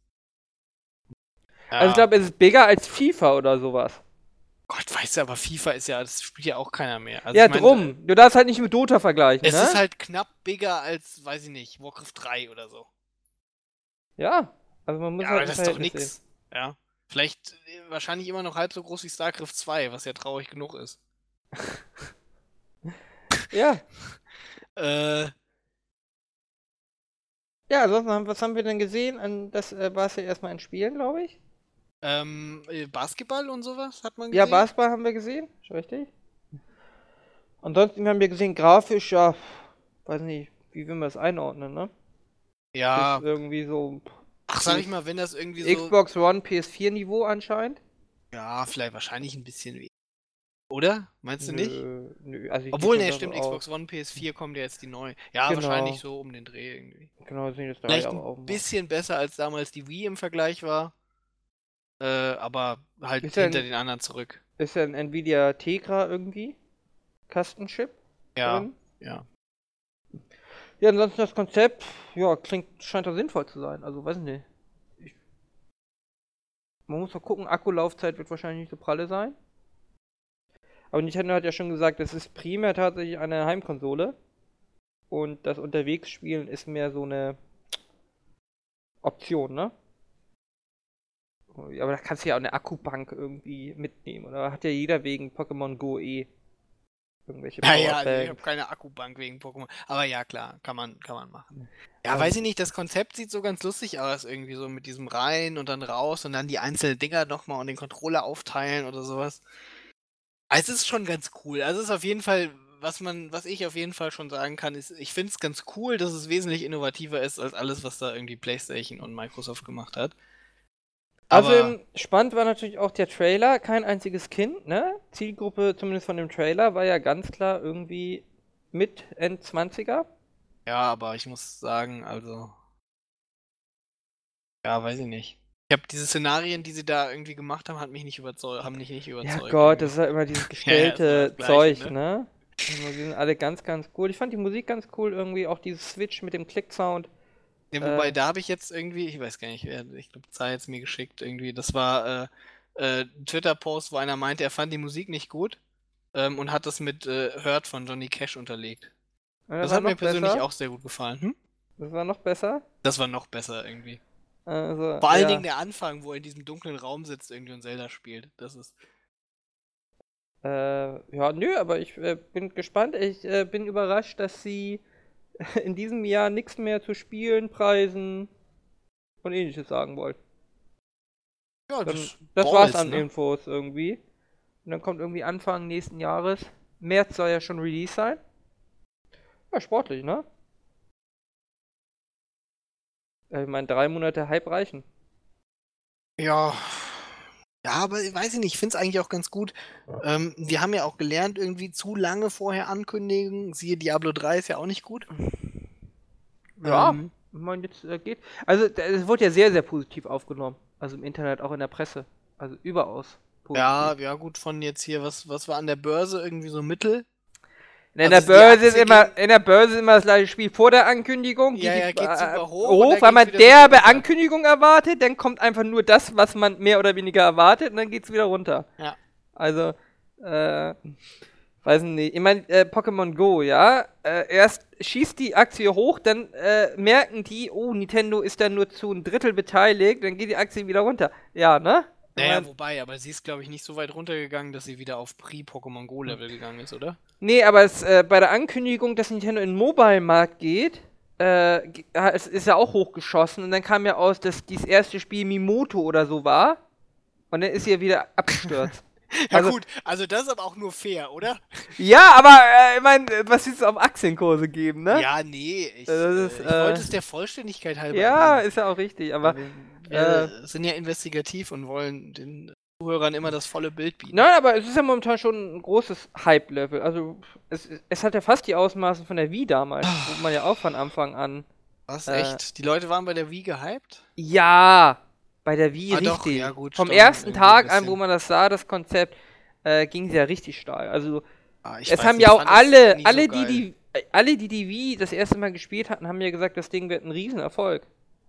A: Ja.
B: Also ich glaube, es ist bigger als FIFA oder sowas.
A: Gott, weißt du, aber FIFA ist ja, das spielt ja auch keiner mehr. Also
B: Ja,
A: ich mein,
B: drum. Du darfst halt nicht mit Dota vergleichen,
A: Es
B: ne?
A: ist halt knapp bigger als, weiß ich nicht, Warcraft drei oder so.
B: Ja, also man muss
A: Ja,
B: halt
A: aber
B: im
A: das ist doch
B: Verhältnis
A: nix. Ja. Vielleicht äh, wahrscheinlich immer noch halb so groß wie StarCraft zwei, was ja traurig genug ist.
B: sehen. Ja.
A: Äh,
B: Ja, ansonsten, haben- was haben wir denn gesehen? An, das äh, war es ja erstmal in Spielen, glaube ich.
A: ähm, äh, Basketball und sowas hat man
B: Ja,
A: gesehen?
B: Basketball haben wir gesehen, ist richtig. Ansonsten haben wir gesehen, grafisch, ja, weiß nicht, wie will man das einordnen, ne?
A: Ja.
B: Ist irgendwie so
A: Ach, sag ich mal, wenn das irgendwie so.
B: Xbox One, P S vier Niveau anscheinend.
A: Ja, vielleicht wahrscheinlich ein bisschen weniger. Oder? Meinst du nicht?
B: Nö, nö, also ich
A: Obwohl,
B: gehe
A: ne,
B: schon
A: stimmt,
B: davon
A: Xbox One, P S vier kommt ja jetzt die neu. Ja,
B: Genau.
A: wahrscheinlich so um den Dreh irgendwie.
B: aus. Genau, sind jetzt drei
A: Vielleicht
B: Jahre auf
A: ein
B: dem Markt.
A: bisschen besser als damals die Wii im Vergleich war. Äh, aber halt
B: Ist ja
A: hinter
B: ein-
A: den anderen zurück.
B: Ist ja ein Nvidia Tegra irgendwie. Kastenchip
A: Ja,
B: drin.
A: ja.
B: Ja, ansonsten das Konzept, ja, klingt, scheint doch sinnvoll zu sein. Also, weiß nicht. Ich, man muss mal gucken, Akkulaufzeit wird wahrscheinlich nicht so pralle sein. Aber Nintendo hat ja schon gesagt, es ist primär tatsächlich eine Heimkonsole. Und das Unterwegsspielen ist mehr so eine Option, ne? Aber da kannst du ja auch eine Akkubank irgendwie mitnehmen. Oder hat ja jeder wegen Pokémon Go eh irgendwelche
A: Naja, also ich
B: Powerbanks.
A: habe keine Akkubank wegen Pokémon. Aber ja, klar, kann man, kann man machen. Ja,
B: Ähm,
A: weiß ich nicht, das Konzept sieht so ganz lustig aus, irgendwie so mit diesem rein und dann raus und dann die einzelnen Dinger nochmal und den Controller aufteilen oder sowas. Also es ist schon ganz cool. Also es ist auf jeden Fall, was man, was ich auf jeden Fall schon sagen kann, ist, ich finde es ganz cool, dass es wesentlich innovativer ist als alles, was da irgendwie PlayStation und Microsoft gemacht hat.
B: Also
A: Aber
B: im- spannend war natürlich auch der Trailer, kein einziges Kind, ne? Zielgruppe zumindest von dem Trailer war ja ganz klar irgendwie mit Endzwanziger.
A: ja, aber ich muss sagen, also ja, weiß ich nicht. Ich habe diese Szenarien, die sie da irgendwie gemacht haben, hat mich nicht überzeugt, haben mich nicht
B: Ja
A: überzeugt
B: Gott,
A: irgendwie.
B: das ist halt immer dieses
A: Ja, ja, ist immer
B: gestellte
A: das Gleiche,
B: Zeug,
A: ne?
B: ne? Also, die sind alle ganz, ganz cool. Ich fand die Musik ganz cool irgendwie, auch dieses Switch mit dem Click-Sound.
A: Ja, wobei,
B: Äh,
A: da habe ich jetzt irgendwie, ich weiß gar nicht, wer, ich glaube, Zai hat es mir geschickt irgendwie. Das war äh, äh, ein Twitter-Post, wo einer meinte, er fand die Musik nicht gut ähm, und hat das mit äh, Hurt von Johnny Cash unterlegt.
B: das
A: Das
B: war
A: hat mir
B: noch
A: persönlich
B: besser.
A: auch sehr gut gefallen. Hm?
B: Das war noch besser.
A: Das war noch besser irgendwie.
B: Also,
A: Vor allen
B: ja.
A: Dingen der Anfang, wo er in diesem dunklen Raum sitzt irgendwie und Zelda spielt. Das ist.
B: Äh, ja, nö, aber ich äh, bin gespannt. Ich äh, bin überrascht, dass sie in diesem Jahr nichts mehr zu Spielen, Preisen und ähnliches sagen wollen.
A: Ja,
B: Dann,
A: das,
B: das war's
A: Balls,
B: an
A: ne?
B: Infos irgendwie. Und dann kommt irgendwie Anfang nächsten Jahres. März soll ja schon Release sein. Ja, sportlich, ne? Äh, Ich meine, drei Monate Hype reichen.
A: Ja. Ja, aber weiß ich nicht, ich finde es eigentlich auch ganz gut. Ähm, wir haben ja auch gelernt, irgendwie zu lange vorher ankündigen. Siehe Diablo drei ist ja auch nicht gut.
B: Ja,
A: Ähm,
B: ich meine, jetzt äh, geht. Also, d- es wurde ja sehr, sehr positiv aufgenommen. Also im Internet, auch in der Presse. Also überaus positiv.
A: ja, ja, gut, von jetzt hier, was, was war an der Börse irgendwie so Mittel?
B: In
A: Also
B: der
A: die
B: Börse ist
A: Aktie
B: immer,
A: ging-
B: in der Börse ist immer das gleiche Spiel. Vor der Ankündigung
A: Ja,
B: geht
A: ja,
B: die
A: geht
B: äh,
A: super hoch und
B: hoch,
A: dann
B: weil man
A: geht's wieder
B: derbe
A: super runter.
B: Ankündigung erwartet, dann kommt einfach nur das, was man mehr oder weniger erwartet und dann geht's wieder runter.
A: Ja.
B: Also, äh, weiß nicht. Ich meine, äh, Pokémon Go, ja. Äh, erst schießt die Aktie hoch, dann äh, merken die, oh, Nintendo ist dann nur zu ein Drittel beteiligt, dann geht die Aktie wieder runter. Ja, ne? Ich
A: Naja,
B: mein,
A: wobei, aber sie ist, glaube ich, nicht so weit runtergegangen, dass sie wieder auf Pre-Pokémon Go-Level gegangen ist, oder?
B: nee, aber es, äh, bei der Ankündigung, dass Nintendo in den Mobile-Markt geht, äh, ge- ha- es ist ja auch hochgeschossen und dann kam ja aus, dass dieses erste Spiel Mimoto oder so war und dann ist sie ja wieder abgestürzt.
A: Ja
B: Also-
A: gut, also das ist aber auch nur fair, oder?
B: Ja, aber äh, ich meine, was willst du auf Aktienkurse geben, ne?
A: Ja, nee, ich,
B: Das
A: äh,
B: ist,
A: ich
B: äh,
A: wollte es der Vollständigkeit halber
B: Ja,
A: erwähnen.
B: ist ja auch richtig, aber
A: wir,
B: äh,
A: wir sind ja investigativ und wollen den Zuhörern immer das volle Bild bieten.
B: nein, aber es ist ja momentan schon ein großes Hype-Level. Also es, es hat ja fast die Ausmaße von der Wii damals, wo man ja auch von Anfang an.
A: Was,
B: äh,
A: echt? Die Leute waren bei der Wii gehypt?
B: Ja, bei der Wii
A: Ah,
B: richtig.
A: doch, ja, gut,
B: Vom
A: stimmt,
B: ersten
A: irgendwie
B: Tag
A: ein
B: an,
A: bisschen.
B: wo man das sah, das Konzept, äh, ging sie ja richtig stark. Also
A: Ah, ich
B: es
A: weiß
B: haben
A: nicht,
B: ja
A: ich
B: auch
A: fand das
B: alle,
A: nie
B: alle
A: so
B: die,
A: geil.
B: die, äh, alle die die Wii das erste Mal gespielt hatten, haben ja gesagt, das Ding wird ein Riesenerfolg.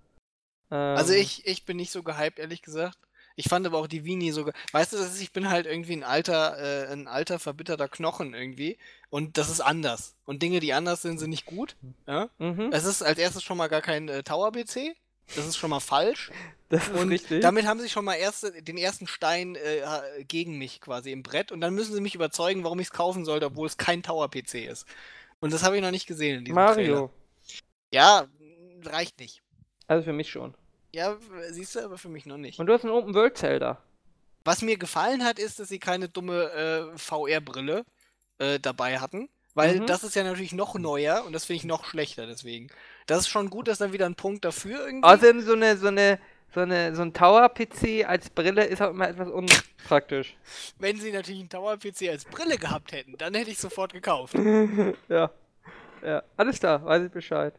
B: Ähm,
A: Also ich, ich bin nicht so gehypt, ehrlich gesagt. Ich fand aber auch die Wii nie so ge Weißt du, das ist, ich bin halt irgendwie ein alter, äh, ein alter, verbitterter Knochen irgendwie. Und das ist anders. Und Dinge, die anders sind, sind nicht gut. Ja?
B: mhm,
A: Es ist als erstes schon mal gar kein äh, Tower-P C. Das ist schon mal falsch.
B: das ist
A: Und
B: richtig.
A: damit haben sie schon mal erste, den ersten Stein äh, ha- gegen mich quasi im Brett. Und dann müssen sie mich überzeugen, warum ich es kaufen sollte, obwohl es kein Tower-P C ist. Und das habe ich noch nicht gesehen in diesem Trailer.
B: Mario.
A: Ja, reicht nicht.
B: Also für mich schon.
A: Ja, siehst du, aber für mich noch nicht.
B: Und du hast ein Open World Zelda.
A: Was mir gefallen hat, ist, dass sie keine dumme äh, V R-Brille äh, dabei hatten. Weil
B: Mhm.
A: das ist ja natürlich noch neuer und das finde ich noch schlechter deswegen. Das ist schon gut, dass dann wieder ein Punkt dafür irgendwie.
B: Außerdem so eine, so eine, so eine, so ein Tower-P C als Brille ist auch immer etwas unpraktisch.
A: Wenn sie natürlich einen Tower-P C als Brille gehabt hätten, dann hätte ich sofort gekauft.
B: Ja. Ja, alles klar, weiß ich Bescheid.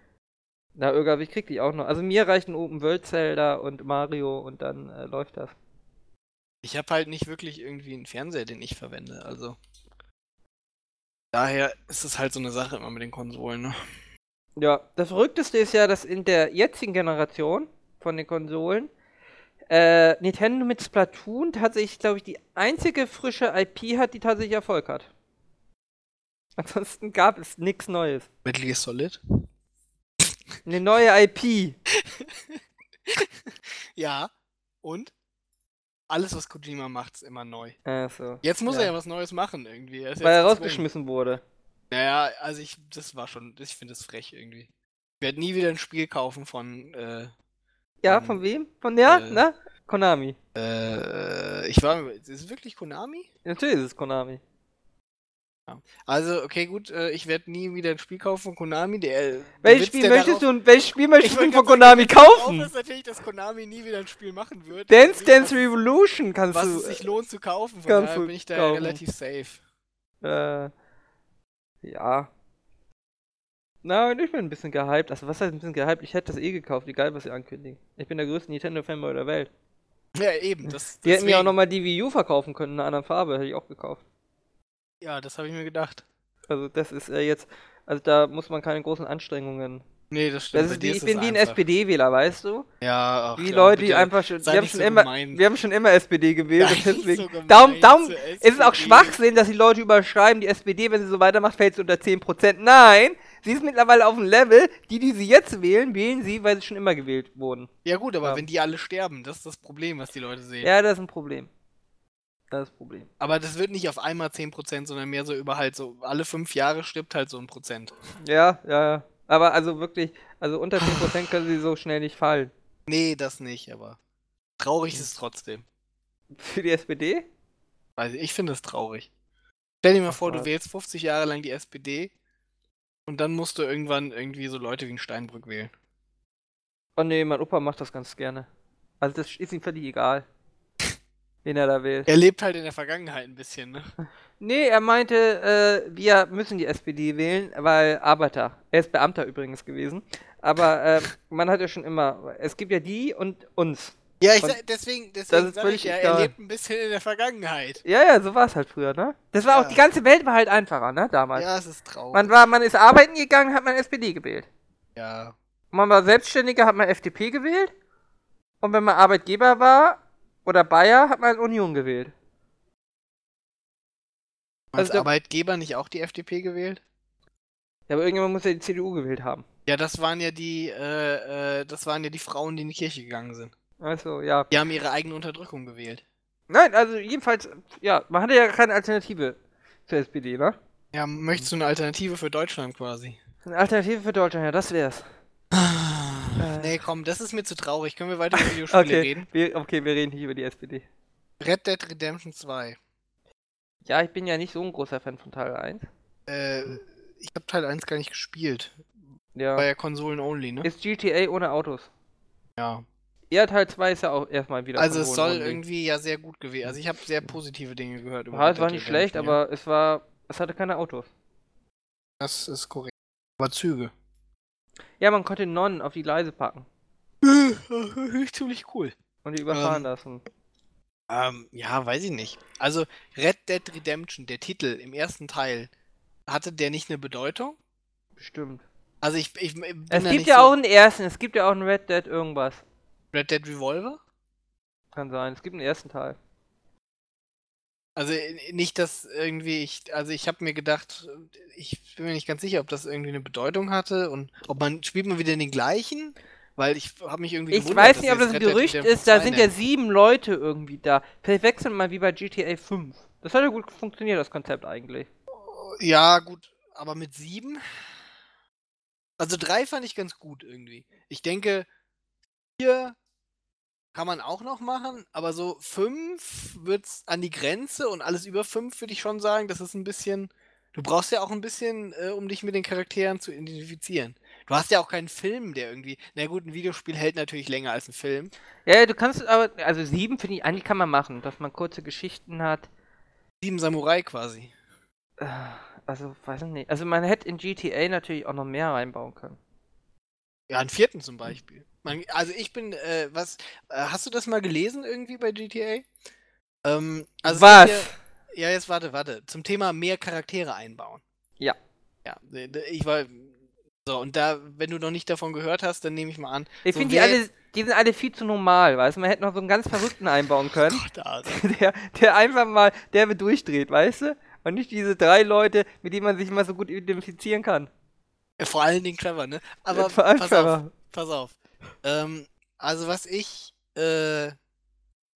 B: Na, Irga, ich krieg die auch noch. Also mir reichen Open World Zelda und Mario und dann äh, läuft das.
A: Ich habe halt nicht wirklich irgendwie einen Fernseher, den ich verwende, also. Daher ist es halt so eine Sache immer mit den Konsolen, ne?
B: Ja, das Verrückteste ist ja, dass in der jetzigen Generation von den Konsolen äh, Nintendo mit Splatoon tatsächlich, glaube ich, die einzige frische I P hat, die tatsächlich Erfolg hat. Ansonsten gab es nichts Neues.
A: Metal Gear Solid?
B: Eine neue I P.
A: Ja. Und? alles, was Kojima macht, ist immer neu.
B: Ach so.
A: Jetzt muss
B: ja.
A: er ja was Neues machen irgendwie. Er ist
B: Weil er
A: jetzt gezwungen.
B: rausgeschmissen wurde.
A: Naja, also ich, das war schon, ich finde das frech irgendwie. Ich werde nie wieder ein Spiel kaufen von, äh,
B: Ja,
A: von,
B: von wem? Von der,
A: äh,
B: ne? Konami.
A: äh, ich war, ist es wirklich Konami?
B: Natürlich ist es Konami.
A: Ja. Also, okay, gut, äh, ich werde nie wieder ein Spiel kaufen von Konami. Der,
B: Welches
A: der
B: Spiel
A: Witz,
B: möchtest
A: darauf,
B: du, welches Spiel möchtest du
A: wollte
B: von
A: grad sagen,
B: Konami
A: der Witz darauf
B: kaufen?
A: ist natürlich, dass Konami nie wieder ein Spiel machen wird.
B: Dance Dance
A: was,
B: Revolution kannst
A: was
B: du.
A: es sich lohnt zu kaufen, von
B: kannst
A: daher
B: du
A: bin ich da
B: kaufen.
A: relativ safe.
B: Äh, ja. Na, und ich bin ein bisschen gehypt. Also, was heißt ein bisschen gehypt? Ich hätte das eh gekauft, egal was sie ankündigen. Ich bin der größte Nintendo-Fanboy der Welt.
A: Ja, eben. Das,
B: Die hätten mir auch
A: deswegen-
B: nochmal die Wii U verkaufen können in einer anderen Farbe, hätte ich auch gekauft.
A: Ja, das habe ich mir gedacht.
B: Also, das ist äh, jetzt. Also, da muss man keine großen Anstrengungen.
A: Nee, das stimmt.
B: Das
A: bei
B: ist
A: dir
B: wie, ich
A: es
B: bin wie ein
A: einfach.
B: S P D-Wähler, weißt du?
A: Ja, ach,
B: Die
A: ja,
B: Leute, die
A: bitte,
B: einfach schon.
A: sei
B: Wir haben
A: nicht
B: schon,
A: so
B: immer,
A: gemein.
B: wir haben schon immer S P D gewählt.
A: Sei
B: Und
A: nicht
B: deswegen.
A: so gemein
B: darum, darum
A: zur
B: ist es auch
A: S P D.
B: Schwachsinn, dass die Leute überschreiben, die S P D, wenn sie so weitermacht, fällt sie unter zehn Prozent. Nein! Sie ist mittlerweile auf dem Level. Die, die sie jetzt wählen, wählen sie, weil sie schon immer gewählt wurden.
A: Ja gut, aber
B: Ja.
A: wenn die alle sterben, das ist das Problem, was die Leute sehen.
B: Ja, das ist ein Problem. Das ist ein Problem.
A: Aber das wird nicht auf einmal zehn Prozent, sondern mehr so über halt so, alle fünf Jahre stirbt halt so ein Prozent.
B: Ja, ja, ja. Aber also wirklich, also unter zehn Prozent können sie so schnell nicht fallen.
A: Nee, das nicht, aber traurig ist es trotzdem.
B: Für die S P D?
A: Also ich finde es traurig. Stell dir mal
B: Ach,
A: vor, du
B: was.
A: wählst fünfzig Jahre lang die S P D und dann musst du irgendwann irgendwie so Leute wie ein Steinbrück wählen.
B: Oh nee, mein Opa macht das ganz gerne. Also das ist ihm völlig egal, wen er da wählt.
A: Er lebt halt in der Vergangenheit ein bisschen, ne?
B: Nee, er meinte, äh, wir müssen die S P D wählen, weil Arbeiter. Er ist Beamter übrigens gewesen. Aber äh, man hat ja schon immer, es gibt ja die und uns.
A: Ja, ich
B: Und
A: sag, deswegen,
B: das
A: deswegen
B: ist
A: sag
B: völlig
A: ich ja, er
B: egal.
A: lebt ein bisschen in der Vergangenheit.
B: Ja, ja, so war es halt früher, ne? Das war
A: Ja.
B: auch, die ganze Welt war halt einfacher, ne, damals.
A: Ja, es ist traurig.
B: Man war, man ist arbeiten gegangen, hat man S P D gewählt.
A: ja.
B: Man war Selbstständiger, hat man F D P gewählt. Und wenn man Arbeitgeber war oder Bayer, hat man Union gewählt.
A: Als
B: Also da-
A: Arbeitgeber nicht auch die F D P gewählt?
B: Ja, aber irgendjemand muss ja die C D U gewählt haben.
A: Ja, das waren ja die, äh, äh, das waren ja die Frauen, die in die Kirche gegangen sind.
B: Also, ja.
A: Die haben ihre eigene Unterdrückung gewählt.
B: Nein, also jedenfalls, ja, man hatte ja keine Alternative zur S P D, ne?
A: Ja, möchtest du eine Alternative für Deutschland quasi?
B: Eine Alternative für Deutschland, ja, das wär's. Äh.
A: Nee, komm, das ist mir zu traurig. Können wir weiter über Videospiele
B: Okay,
A: reden?
B: wir, okay, wir reden nicht über die S P D.
A: Red Dead Redemption zwei.
B: Ja, ich bin ja nicht so ein großer Fan von Teil eins.
A: Äh, ich habe Teil eins gar nicht gespielt.
B: Ja.
A: War ja Konsolen-only, ne?
B: Ist G T A ohne Autos.
A: Ja.
B: Ja, Teil zwei ist ja auch erstmal wieder
A: Also es soll
B: Konsolen-only.
A: irgendwie ja sehr gut gewesen. Also ich habe sehr positive Dinge gehört über
B: Ja,
A: Red
B: es war
A: Dead
B: nicht schlecht,
A: Redemption, ja.
B: aber es war, es hatte keine Autos.
A: Das ist korrekt. Aber Züge.
B: Ja, man konnte Nonnen auf die Gleise packen
A: Ziemlich cool.
B: und die überfahren
A: Ähm,
B: lassen.
A: Ähm, ja, weiß ich nicht. Also, Red Dead Redemption, der Titel im ersten Teil, hatte der nicht eine Bedeutung?
B: Bestimmt.
A: Also, ich, ich bin
B: Es
A: da
B: gibt
A: nicht
B: ja
A: so
B: auch einen ersten, es gibt ja auch einen Red Dead irgendwas.
A: Red Dead Revolver?
B: Kann sein, es gibt einen ersten Teil.
A: Also, äh, nicht, dass irgendwie ich, also ich habe mir gedacht, ich bin mir nicht ganz sicher, ob das irgendwie eine Bedeutung hatte und ob man, spielt man wieder den gleichen? Weil ich habe mich irgendwie
B: Ich
A: gewundert,
B: weiß
A: dass
B: nicht, ob
A: sie
B: das
A: jetzt
B: ein
A: Red Dead
B: Gerücht
A: Redemption
B: ist, da
A: zwei
B: sind ja
A: nennen.
B: sieben Leute irgendwie da. Vielleicht wechseln wir mal wie bei G T A fünf. Das hat ja gut funktioniert, das Konzept eigentlich.
A: Ja, gut, aber mit sieben? Also drei fand ich ganz gut irgendwie. Ich denke, vier kann man auch noch machen, aber so fünf wird's an die Grenze und alles über fünf würde ich schon sagen, das ist ein bisschen. Du brauchst ja auch ein bisschen, äh, um dich mit den Charakteren zu identifizieren. Du hast ja auch keinen Film, der irgendwie. Na gut, ein Videospiel hält natürlich länger als ein Film.
B: Ja, du kannst aber, also sieben finde ich, eigentlich kann man machen, dass man kurze Geschichten hat.
A: Sieben Samurai quasi.
B: Äh, Also, weiß ich nicht. Also man hätte in G T A natürlich auch noch mehr reinbauen können.
A: Ja, einen vierten zum Beispiel. Man, also ich bin, äh, was. Äh, hast du das mal gelesen irgendwie bei G T A? Ähm, also es
B: Was?
A: gibt Ja, ja, jetzt warte, warte. Zum Thema mehr Charaktere einbauen.
B: Ja.
A: Ja, d- d- ich war. So, und da, wenn du noch nicht davon gehört hast, dann nehme ich mal an.
B: Ich
A: so
B: finde die
A: wer
B: alle,
A: jetzt-
B: die sind alle viel zu normal, weißt du? Man hätte noch so einen ganz Verrückten einbauen können,
A: Gott, Alter.
B: der, der einfach mal derbe durchdreht, weißt du? Und nicht diese drei Leute, mit denen man sich immer so gut identifizieren kann.
A: Ja, vor allen Dingen clever, ne? Aber
B: Vor allem
A: pass
B: clever.
A: auf, pass auf. Ähm, also was ich, äh,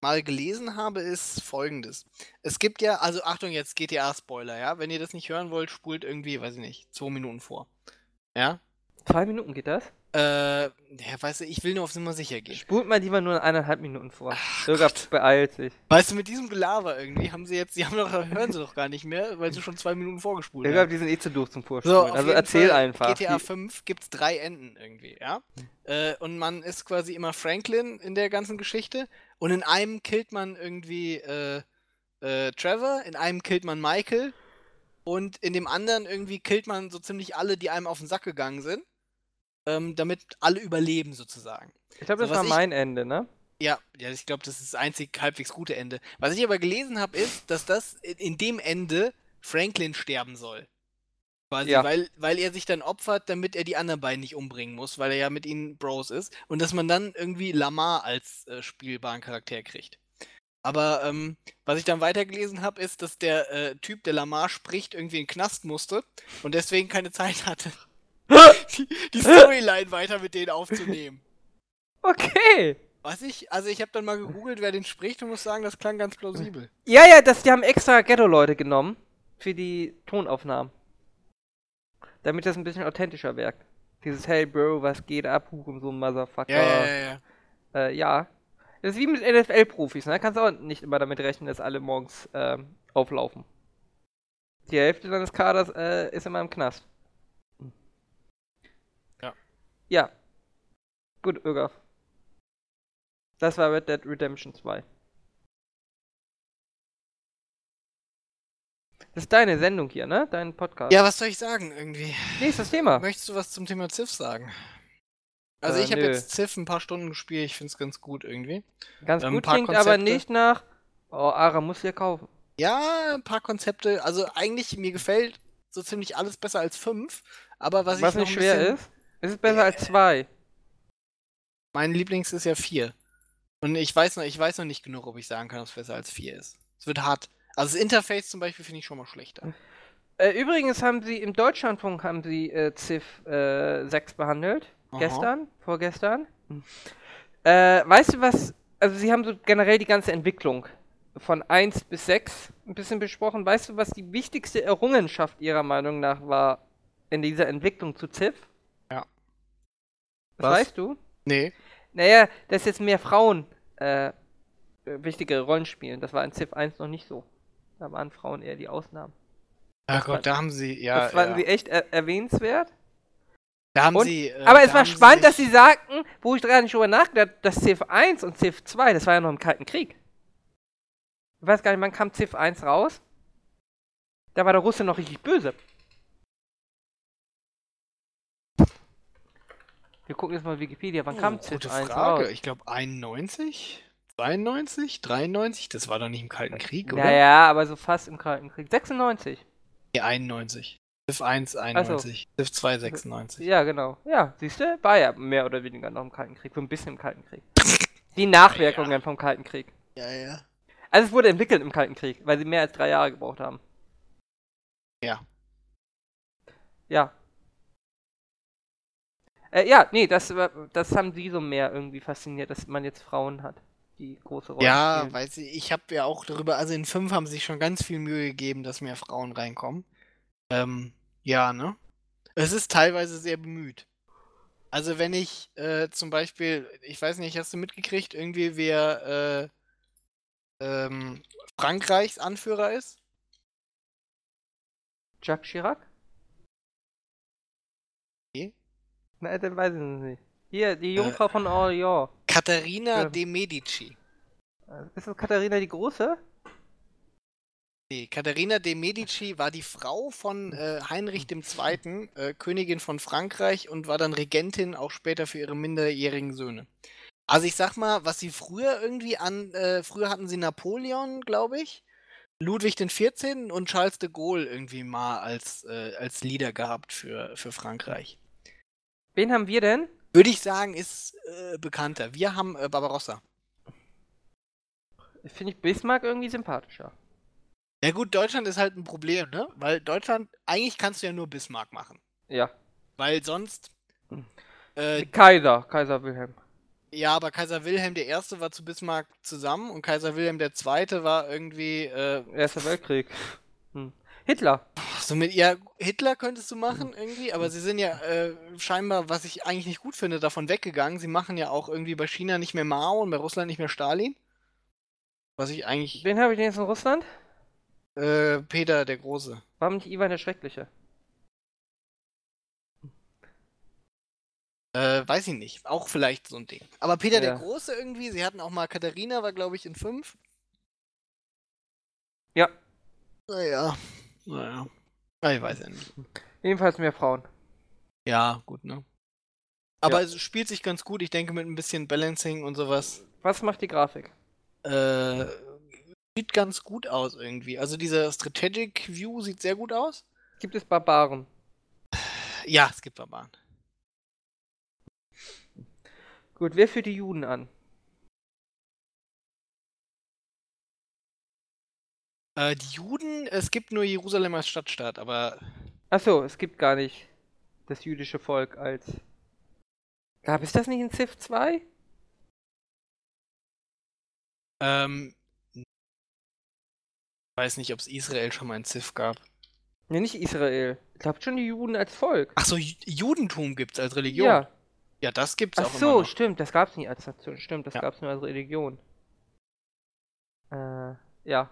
A: mal gelesen habe, ist folgendes. Es gibt ja, also Achtung jetzt, G T A-Spoiler, ja? Wenn ihr das nicht hören wollt, spult irgendwie, weiß ich nicht, zwei Minuten vor. Ja?
B: Zwei Minuten geht das?
A: Äh, ja, weißt du, ich will nur auf Nummer sicher gehen.
B: Spult mal lieber nur eineinhalb Minuten vor.
A: Ach
B: Irga
A: Gott.
B: beeilt sich.
A: Weißt du, mit diesem Gelaber irgendwie haben sie jetzt, die haben doch, hören sie doch gar nicht mehr, weil sie schon zwei Minuten vorgespult
B: Irga,
A: haben.
B: die sind eh zu doof zum
A: So,
B: Vorspulen.
A: auf
B: Also
A: jeden
B: erzähl
A: Fall,
B: einfach.
A: G T A
B: Die-
A: fünf gibt's drei Enden irgendwie, ja? Äh, und man ist quasi immer Franklin in der ganzen Geschichte. Und in einem killt man irgendwie äh, äh, Trevor, in einem killt man Michael und in dem anderen irgendwie killt man so ziemlich alle, die einem auf den Sack gegangen sind. Ähm, damit alle überleben sozusagen.
B: Ich glaube,
A: So,
B: das
A: was
B: war
A: ich-
B: mein Ende, ne?
A: Ja, ja, ich glaube, das ist das einzig halbwegs gute Ende. Was ich aber gelesen habe, ist, dass das in, in dem Ende Franklin sterben soll. Quasi,
B: Ja.
A: weil, weil er sich dann opfert, damit er die anderen beiden nicht umbringen muss, weil er ja mit ihnen Bros ist. Und dass man dann irgendwie Lamar als äh, spielbaren Charakter kriegt. Aber ähm, was ich dann weitergelesen habe, ist, dass der äh, Typ, der Lamar spricht, irgendwie in den Knast musste und deswegen keine Zeit hatte, die, die Storyline weiter mit denen aufzunehmen.
B: Okay.
A: Was ich, also ich habe dann mal gegoogelt, wer den spricht und muss sagen, das klang ganz plausibel.
B: Ja, ja, das, die haben extra Ghetto-Leute genommen für die Tonaufnahmen. Damit das ein bisschen authentischer wirkt. Dieses Hey Bro, was geht ab, Huch so ein Motherfucker.
A: Ja, ja, ja, ja.
B: Äh, ja. Das ist wie mit N F L-Profis, ne? Kannst auch nicht immer damit rechnen, dass alle morgens ähm, auflaufen. Die Hälfte deines Kaders äh, ist immer im Knast.
A: Ja.
B: Ja. Gut, Irga. Das war Red Dead Redemption zwei. Das ist deine Sendung hier, ne? Dein Podcast.
A: Ja, was soll ich sagen irgendwie?
B: Nächstes Thema.
A: Möchtest du was zum Thema Civ sagen? Also
B: Äh,
A: ich habe
B: nö.
A: jetzt Civ ein paar Stunden gespielt, ich finde es ganz gut irgendwie.
B: Ganz
A: Ähm,
B: gut
A: paar
B: klingt aber
A: Konzepte.
B: nicht nach. Oh, Ara muss hier kaufen.
A: Ja, ein paar Konzepte, also eigentlich mir gefällt so ziemlich alles besser als fünf, aber was,
B: Was
A: ich noch
B: nicht
A: ein
B: schwer
A: bisschen,
B: ist. Ist es besser als zwei?
A: Mein Lieblings ist ja vier. Und ich weiß noch, ich weiß noch nicht genug, ob ich sagen kann, ob es besser als vier ist. Es wird hart. Also das Interface zum Beispiel finde ich schon mal schlechter.
B: Äh, übrigens haben sie im Deutschlandfunk haben sie äh, Civ äh, sechs behandelt.
A: Aha.
B: Gestern, vorgestern. Äh, weißt du was? Also sie haben so generell die ganze Entwicklung von eins bis sechs ein bisschen besprochen. Weißt du, was die wichtigste Errungenschaft ihrer Meinung nach war in dieser Entwicklung zu Civ?
A: Ja.
B: Das
A: Was?
B: weißt du?
A: Nee.
B: Naja, dass jetzt mehr Frauen äh, wichtige Rollen spielen. Das war in Civ eins noch nicht so. Da waren Frauen eher die Ausnahmen.
A: Ach
B: Das
A: Gott,
B: fand-
A: da haben sie, ja,
B: das fanden
A: ja.
B: sie echt er erwähnenswert.
A: Da haben
B: Und-
A: sie, äh,
B: Aber es
A: da
B: war
A: haben sie
B: spannend, dass
A: sich-
B: sie sagten, wo ich gerade nicht drüber nachgedacht habe, dass Civ eins und Civ zwei, das war ja noch im Kalten Krieg. Ich weiß gar nicht, wann kam Civ eins raus? Da war der Russe noch richtig böse. Wir gucken jetzt mal Wikipedia, wann kam
A: Oh,
B: Civ
A: gute
B: eins
A: Frage.
B: raus?
A: Ich glaube einundneunzig, zweiundneunzig, dreiundneunzig, das war doch nicht im Kalten Krieg, oder?
B: Naja, aber so fast im Kalten Krieg. sechsundneunzig.
A: Nee, einundneunzig. Civ eins einundneunzig, Civ zwei sechsundneunzig.
B: Ja, genau. Ja, siehst du? War ja mehr oder weniger noch im Kalten Krieg. So ein bisschen im Kalten Krieg. Die Nachwirkungen vom Kalten Krieg.
A: Ja, ja.
B: Also es wurde entwickelt im Kalten Krieg, weil sie mehr als drei Jahre gebraucht haben.
A: Ja.
B: Ja. Äh, ja, nee, das, war- das haben sie so mehr irgendwie fasziniert, dass man jetzt Frauen hat, die große Rollen
A: Ja,
B: spielen.
A: weiß ich, ich habe ja auch darüber, also in fünf haben sie sich schon ganz viel Mühe gegeben, dass mehr Frauen reinkommen. Ähm, ja, ne? Es ist teilweise sehr bemüht. Also wenn ich äh, zum Beispiel, ich weiß nicht, hast du mitgekriegt, irgendwie wer äh, ähm, Frankreichs Anführer ist?
B: Jacques Chirac?
A: Nee.
B: Na, dann weiß ich es nicht. Hier, die
A: Äh.
B: Jungfrau von Orléans.
A: Katharina
B: Ja.
A: de Medici.
B: Äh, Ist das Katharina die Große?
A: Nee, Katharina de Medici war die Frau von äh, Heinrich der Zweite., äh, Königin von Frankreich und war dann Regentin auch später für ihre minderjährigen Söhne. Also ich sag mal, was sie früher irgendwie an, äh, früher hatten sie Napoleon, glaube ich, Ludwig der Vierzehnte. und Charles de Gaulle irgendwie mal als, äh, als Leader gehabt für, für Frankreich.
B: Wen haben wir denn?
A: Würde ich sagen, ist äh, bekannter. Wir haben äh, Barbarossa.
B: Finde ich Bismarck irgendwie sympathischer.
A: Ja gut, Deutschland ist halt ein Problem, ne? Weil Deutschland, eigentlich kannst du ja nur Bismarck machen.
B: Ja.
A: Weil sonst äh,
B: Kaiser, Kaiser Wilhelm.
A: Ja, aber Kaiser Wilhelm der Erste war zu Bismarck zusammen und Kaiser Wilhelm der Zweite war irgendwie, äh,
B: Erster Weltkrieg. Hm. Hitler.
A: so mit, ja, Hitler könntest du machen irgendwie, aber sie sind ja äh, scheinbar, was ich eigentlich nicht gut finde, davon weggegangen. Sie machen ja auch irgendwie bei China nicht mehr Mao und bei Russland nicht mehr Stalin. Was ich eigentlich,
B: Wen habe ich denn jetzt in Russland?
A: äh, Peter der Große.
B: Warum nicht Ivan der Schreckliche?
A: Äh, weiß ich nicht. Auch vielleicht so ein Ding. Aber Peter der
B: Ja.
A: Große irgendwie, sie hatten auch mal Katharina, war glaube ich in fünf.
B: Ja.
A: Naja, naja. Ah, ich weiß ja nicht.
B: Jedenfalls mehr Frauen.
A: Ja, gut, ne? Aber
B: Ja.
A: es spielt sich ganz gut, ich denke mit ein bisschen Balancing und sowas.
B: Was macht die Grafik?
A: Äh, sieht ganz gut aus irgendwie. Also dieser Strategic View sieht sehr gut aus.
B: Gibt es Barbaren?
A: Ja, es gibt Barbaren.
B: Gut, wer führt die Juden an?
A: Äh, die Juden, es gibt nur Jerusalem als Stadtstaat, aber
B: Achso, es gibt gar nicht das jüdische Volk als. Gab es das nicht in Civ zwei?
A: ähm, ich weiß nicht, ob es Israel schon mal in Civ gab.
B: Ne, nicht Israel. Ich glaube schon die Juden als Volk.
A: Ach so, Ju- Judentum gibt's als Religion.
B: Ja.
A: Ja, das gibt's
B: Ach
A: auch immer
B: so,
A: noch.
B: stimmt, das gab's nie als Nation. Stimmt, das
A: Ja.
B: gab's nur als Religion. Äh, ja.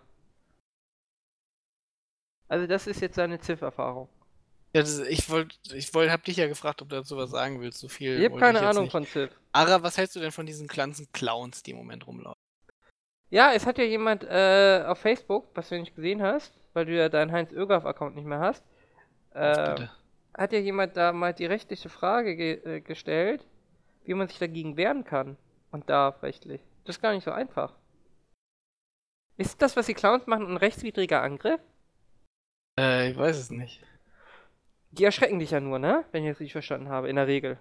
B: Also das ist jetzt seine Civ-Erfahrung.
A: Ja, das, ich wollte, ich wollt, hab dich ja gefragt, ob du dazu was sagen willst. So viel
B: Ich habe
A: wollte
B: keine
A: ich jetzt
B: Ahnung
A: nicht.
B: von Civ.
A: Ara, was hältst du denn von diesen ganzen Clowns, die im Moment rumlaufen?
B: Ja, es hat ja jemand äh, auf Facebook, was du nicht gesehen hast, weil du ja deinen Heinz-Ögaf-Account nicht mehr hast,
A: Was
B: äh,
A: bitte?
B: hat ja jemand da mal die rechtliche Frage ge äh, gestellt, wie man sich dagegen wehren kann und darf rechtlich. Das ist gar nicht so einfach. Ist das, was die Clowns machen, ein rechtswidriger Angriff?
A: Äh, ich weiß es nicht.
B: Die erschrecken dich ja nur, ne? Wenn ich das richtig verstanden habe, in der Regel.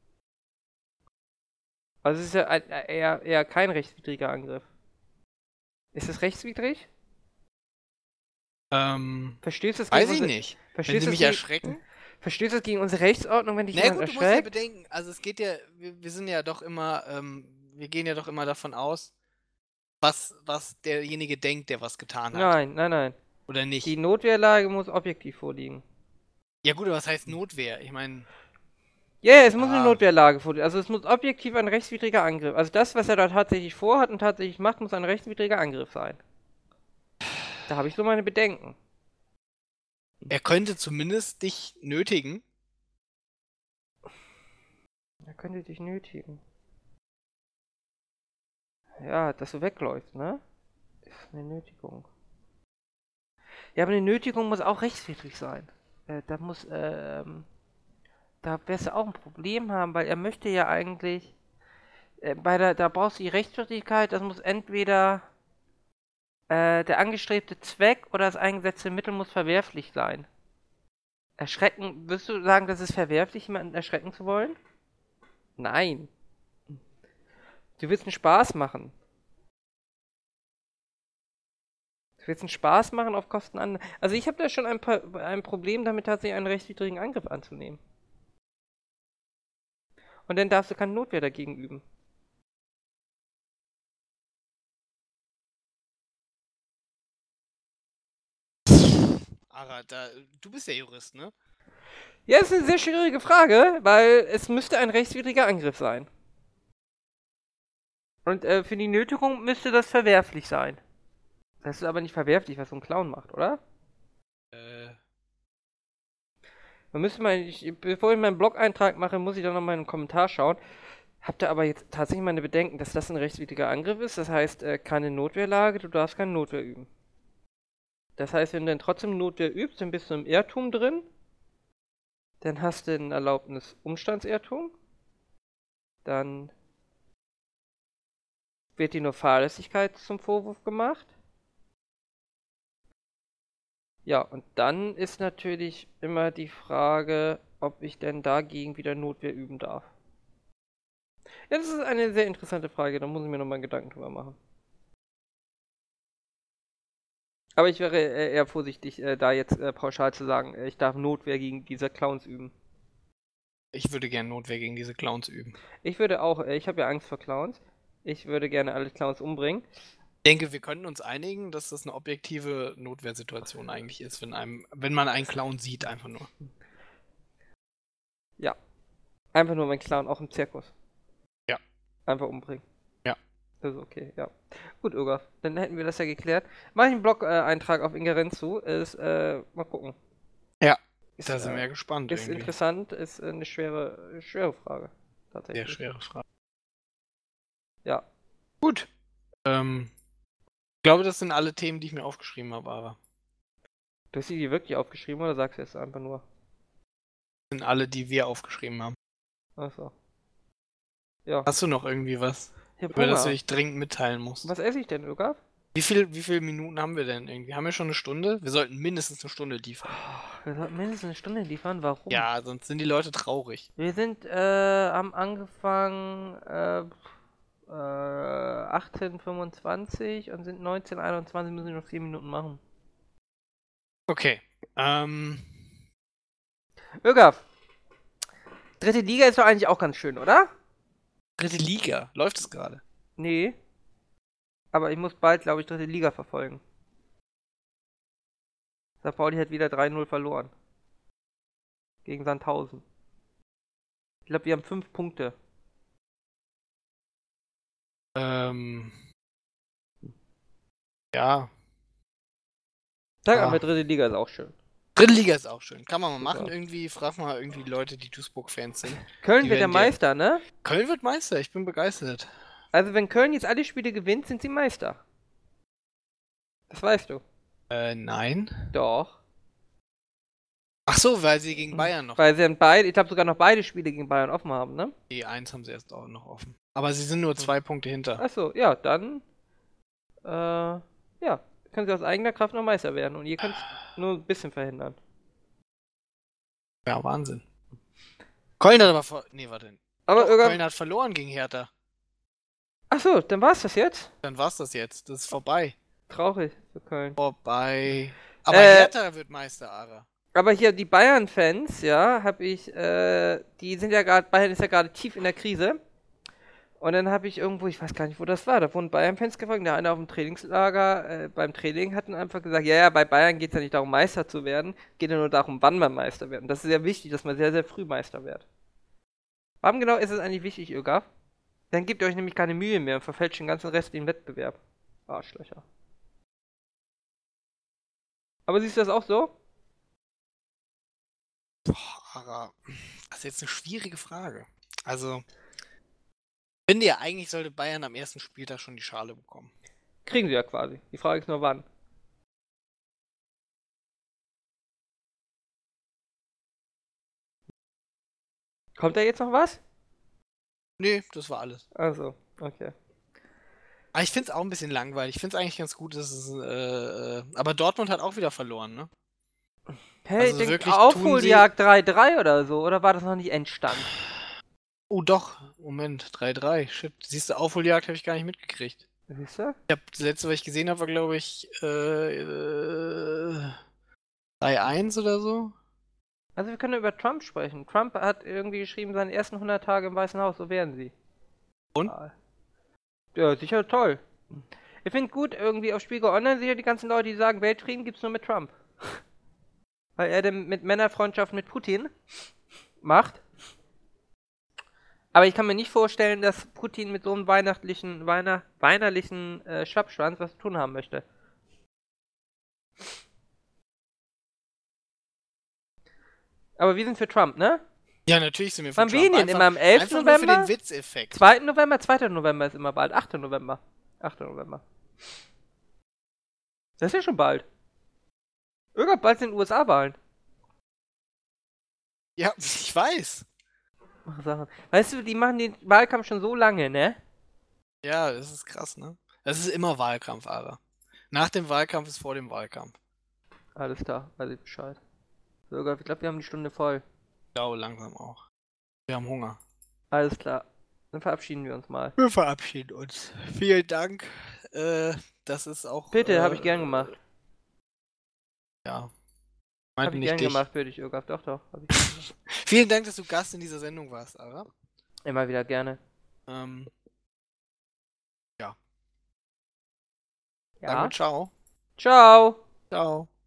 B: Also es ist ja ein, äh, eher, eher kein rechtswidriger Angriff. Ist es rechtswidrig?
A: Ähm,
B: Verstößt es gegen
A: weiß ich
B: unsere,
A: nicht. Wenn
B: verstößt
A: sie
B: es
A: mich
B: gegen,
A: erschrecken?
B: verstößt es gegen unsere Rechtsordnung, wenn dich
A: Na
B: jemand
A: gut, du musst ja
B: erschreckt?
A: bedenken, also es geht ja, wir, wir sind ja doch immer, ähm, wir gehen ja doch immer davon aus, was, was derjenige denkt, der was getan hat.
B: Nein, nein, nein.
A: Oder
B: Die
A: nicht.
B: Notwehrlage muss objektiv vorliegen.
A: Ja gut, aber was heißt Notwehr? Ich meine,
B: Ja, yeah, es muss eine
A: ah,
B: Notwehrlage vorliegen. Also es muss objektiv ein rechtswidriger Angriff. Also das, was er da tatsächlich vorhat und tatsächlich macht, muss ein rechtswidriger Angriff sein. Da habe ich so meine Bedenken.
A: er könnte zumindest dich nötigen.
B: Er könnte dich nötigen. Ja, dass du wegläufst, ne? Ist eine Nötigung. Ja, aber eine Nötigung muss auch rechtswidrig sein. Äh, da muss, ähm, da wirst du auch ein Problem haben, weil er möchte ja eigentlich, äh, bei der, da brauchst du die Rechtswidrigkeit, das muss entweder, äh, der angestrebte Zweck oder das eingesetzte Mittel muss verwerflich sein. Erschrecken, würdest du sagen, das ist verwerflich, jemanden erschrecken zu wollen? Nein. Du willst einen Spaß machen. Du willst einen Spaß machen auf Kosten anderer. Also ich habe da schon ein, paar, ein Problem damit, tatsächlich einen rechtswidrigen Angriff anzunehmen. Und dann darfst du keine Notwehr dagegen üben.
A: Ara, da, du bist ja Jurist, ne?
B: Ja, ist eine sehr schwierige Frage, weil es müsste ein rechtswidriger Angriff sein. Und äh, für die Nötigung müsste das verwerflich sein. Das ist aber nicht verwerflich, was so ein Clown macht, oder?
A: Äh,
B: Man müsste mal, ich, bevor ich meinen Blog-Eintrag mache, muss ich dann nochmal in einen Kommentar schauen. Habt ihr aber jetzt tatsächlich meine Bedenken, dass das ein rechtswidriger Angriff ist? Das heißt, äh, keine Notwehrlage, du darfst keine Notwehr üben. Das heißt, wenn du dann trotzdem Notwehr übst, dann bist du im Irrtum drin. Dann hast du ein Erlaubnis Umstandsirrtum. Dann wird dir nur Fahrlässigkeit zum Vorwurf gemacht. Ja, und dann ist natürlich immer die Frage, ob ich denn dagegen wieder Notwehr üben darf. Ja, das ist eine sehr interessante Frage, da muss ich mir nochmal Gedanken drüber machen. Aber ich wäre äh, eher vorsichtig, äh, da jetzt äh, pauschal zu sagen, äh, ich darf Notwehr gegen diese Clowns üben.
A: Ich würde gerne Notwehr gegen diese Clowns üben.
B: Ich würde auch, äh, ich habe ja Angst vor Clowns. Ich würde gerne alle Clowns umbringen.
A: Ich denke, wir könnten uns einigen, dass das eine objektive Notwehrsituation eigentlich ist, wenn einem, wenn man einen Clown sieht, einfach nur.
B: Ja. Einfach nur mein Clown, auch im Zirkus.
A: Ja.
B: Einfach umbringen.
A: Ja.
B: Das ist okay, ja. Gut, Urgaf, dann hätten wir das ja geklärt. Mach ich einen Blog-Eintrag auf Ingerenzu, ist, äh, mal gucken.
A: Ja,
B: Ist,
A: da sind
B: äh,
A: wir ja gespannt
B: Ist
A: irgendwie.
B: interessant, ist äh, eine schwere, schwere Frage. Tatsächlich.
A: Sehr schwere Frage.
B: Ja.
A: Gut. Ähm, ich glaube, das sind alle Themen, die ich mir aufgeschrieben habe, aber.
B: Du hast die wirklich aufgeschrieben oder sagst du jetzt einfach nur?
A: Das sind alle, die wir aufgeschrieben haben.
B: Achso. Ja.
A: Hast du noch irgendwie was,
B: Ich hab
A: über das du
B: Hunger.
A: dich dringend mitteilen musst?
B: Was esse ich denn, Urgaf?
A: Wie viel, wie viele Minuten haben wir denn irgendwie? Haben wir schon eine Stunde? Wir sollten mindestens eine Stunde liefern.
B: Wir sollten mindestens eine Stunde liefern, warum?
A: Ja, sonst sind die Leute traurig.
B: Wir sind, äh, haben angefangen, äh, äh, achtzehn Uhr fünfundzwanzig und sind neunzehn Uhr einundzwanzig, müssen wir noch vier Minuten machen.
A: Okay. Ähm.
B: Urgaf, dritte Liga ist doch eigentlich auch ganz schön, oder?
A: Dritte Liga. Läuft es gerade?
B: Nee. Aber ich muss bald, glaube ich, dritte Liga verfolgen. Sankt Pauli hat wieder drei null verloren. Gegen Sandhausen. Ich glaube, wir haben fünf Punkte.
A: Ähm. Ja.
B: Sag
A: Ah.
B: aber, dritte Liga ist auch schön.
A: Dritte Liga ist auch schön. Kann man mal
B: Super.
A: machen irgendwie. Frag mal irgendwie Leute, die Duisburg-Fans sind.
B: Köln
A: Die
B: wird der
A: werden dir-
B: Meister, ne?
A: Köln wird Meister. Ich bin begeistert.
B: Also wenn Köln jetzt alle Spiele gewinnt, sind sie Meister. Das weißt du.
A: Äh, nein.
B: Doch.
A: Ach so, weil sie gegen Bayern noch.
B: Weil sie dann beide, ich glaube sogar noch beide Spiele gegen Bayern offen haben, ne?
A: Die eins haben sie erst auch noch offen. Aber sie sind nur zwei Punkte hinter.
B: Achso, ja, dann, äh, ja, können sie aus eigener Kraft noch Meister werden und ihr könnt nur ein bisschen verhindern.
A: Ja, Wahnsinn. Köln hat aber ver... Nee, warte.
B: Aber
A: Doch,
B: irgendwann,
A: Köln hat verloren gegen Hertha.
B: achso, dann war's das jetzt?
A: Dann war's das jetzt. Das ist vorbei.
B: Traurig für Köln.
A: Vorbei. Aber
B: Äh,
A: Hertha wird Meister, Ara.
B: Aber hier die Bayern-Fans, ja, habe ich, äh, die sind ja gerade, Bayern ist ja gerade tief in der Krise. Und dann habe ich irgendwo, ich weiß gar nicht, wo das war, da wurden Bayern-Fans gefragt, der eine auf dem Trainingslager, äh, beim Training hatten einfach gesagt, ja, ja, bei Bayern geht es ja nicht darum, Meister zu werden, geht ja nur darum, wann man Meister wird. Und das ist sehr wichtig, dass man sehr, sehr früh Meister wird. Warum genau ist es eigentlich wichtig, Ögaf? Dann gebt ihr euch nämlich keine Mühe mehr und verfälscht den ganzen restlichen Wettbewerb. Arschlöcher. Aber siehst du das auch so?
A: Boah, Ara. Das ist jetzt eine schwierige Frage. Also, ich finde ja, eigentlich sollte Bayern am ersten Spieltag schon die Schale bekommen.
B: Kriegen sie ja quasi. Die Frage ist nur wann. Kommt da jetzt noch was?
A: Nee, das war alles.
B: Also, okay.
A: Aber ich finde es auch ein bisschen langweilig. Ich finde es eigentlich ganz gut, dass es. Äh, äh, aber Dortmund hat auch wieder verloren, ne?
B: Hey,
A: Also
B: denk,
A: wirklich tun
B: Aufholjagd drei drei oder so, oder war das noch nicht Endstand?
A: Oh doch, Moment, drei drei. Shit, siehst du, Aufholjagd habe ich gar nicht mitgekriegt.
B: Siehst du?
A: Ich hab, das letzte, was ich gesehen habe, war glaube ich äh, äh, drei eins oder so.
B: Also wir können über Trump sprechen. Trump hat irgendwie geschrieben, seine ersten hundert Tage im Weißen Haus, so wären sie.
A: Und?
B: Ja, sicher toll. Ich finde gut, irgendwie auf Spiegel Online sicher die ganzen Leute, die sagen, Weltfrieden gibt's nur mit Trump. Weil er denn mit Männerfreundschaft mit Putin macht. Aber ich kann mir nicht vorstellen, dass Putin mit so einem weihnachtlichen, weihnacht, weinerlichen äh, Schwappschwanz was zu tun haben möchte. Aber wir sind für Trump, ne?
A: Ja, natürlich sind wir für
B: Wann
A: Trump.
B: wen denn?
A: Einfach-
B: Immer am elften
A: einfach nur für
B: November?
A: den Witzeffekt.
B: zweiten November? zweiter November ist immer bald. achter November. achter November. Das ist ja schon bald. Irgendwann bald sind U S A-Wahlen.
A: Ja, ich weiß.
B: Ach, Sachen. Weißt du, die machen den Wahlkampf schon so lange, ne?
A: Ja, das ist krass, ne? Das ist immer Wahlkampf, Ara. Nach dem Wahlkampf ist vor dem Wahlkampf.
B: Alles klar, weiß ich Bescheid. So, ich glaube, wir haben die Stunde voll.
A: Ich glaube langsam auch. Wir haben Hunger.
B: Alles klar. Dann verabschieden wir uns mal.
A: Wir verabschieden uns. Vielen Dank. Äh, das ist auch.
B: Bitte,
A: äh,
B: habe ich gern gemacht.
A: Ja.
B: Hab
A: Meinten
B: ich
A: nicht
B: gern
A: dich.
B: gemacht, würde ich Irgaf. Doch, doch. Hab ich gern gemacht.
A: Vielen Dank, dass du Gast in dieser Sendung warst, Ara.
B: Immer wieder gerne.
A: Ähm, ja.
B: Ja.
A: Sagen wir ciao.
B: Ciao.
A: Ciao.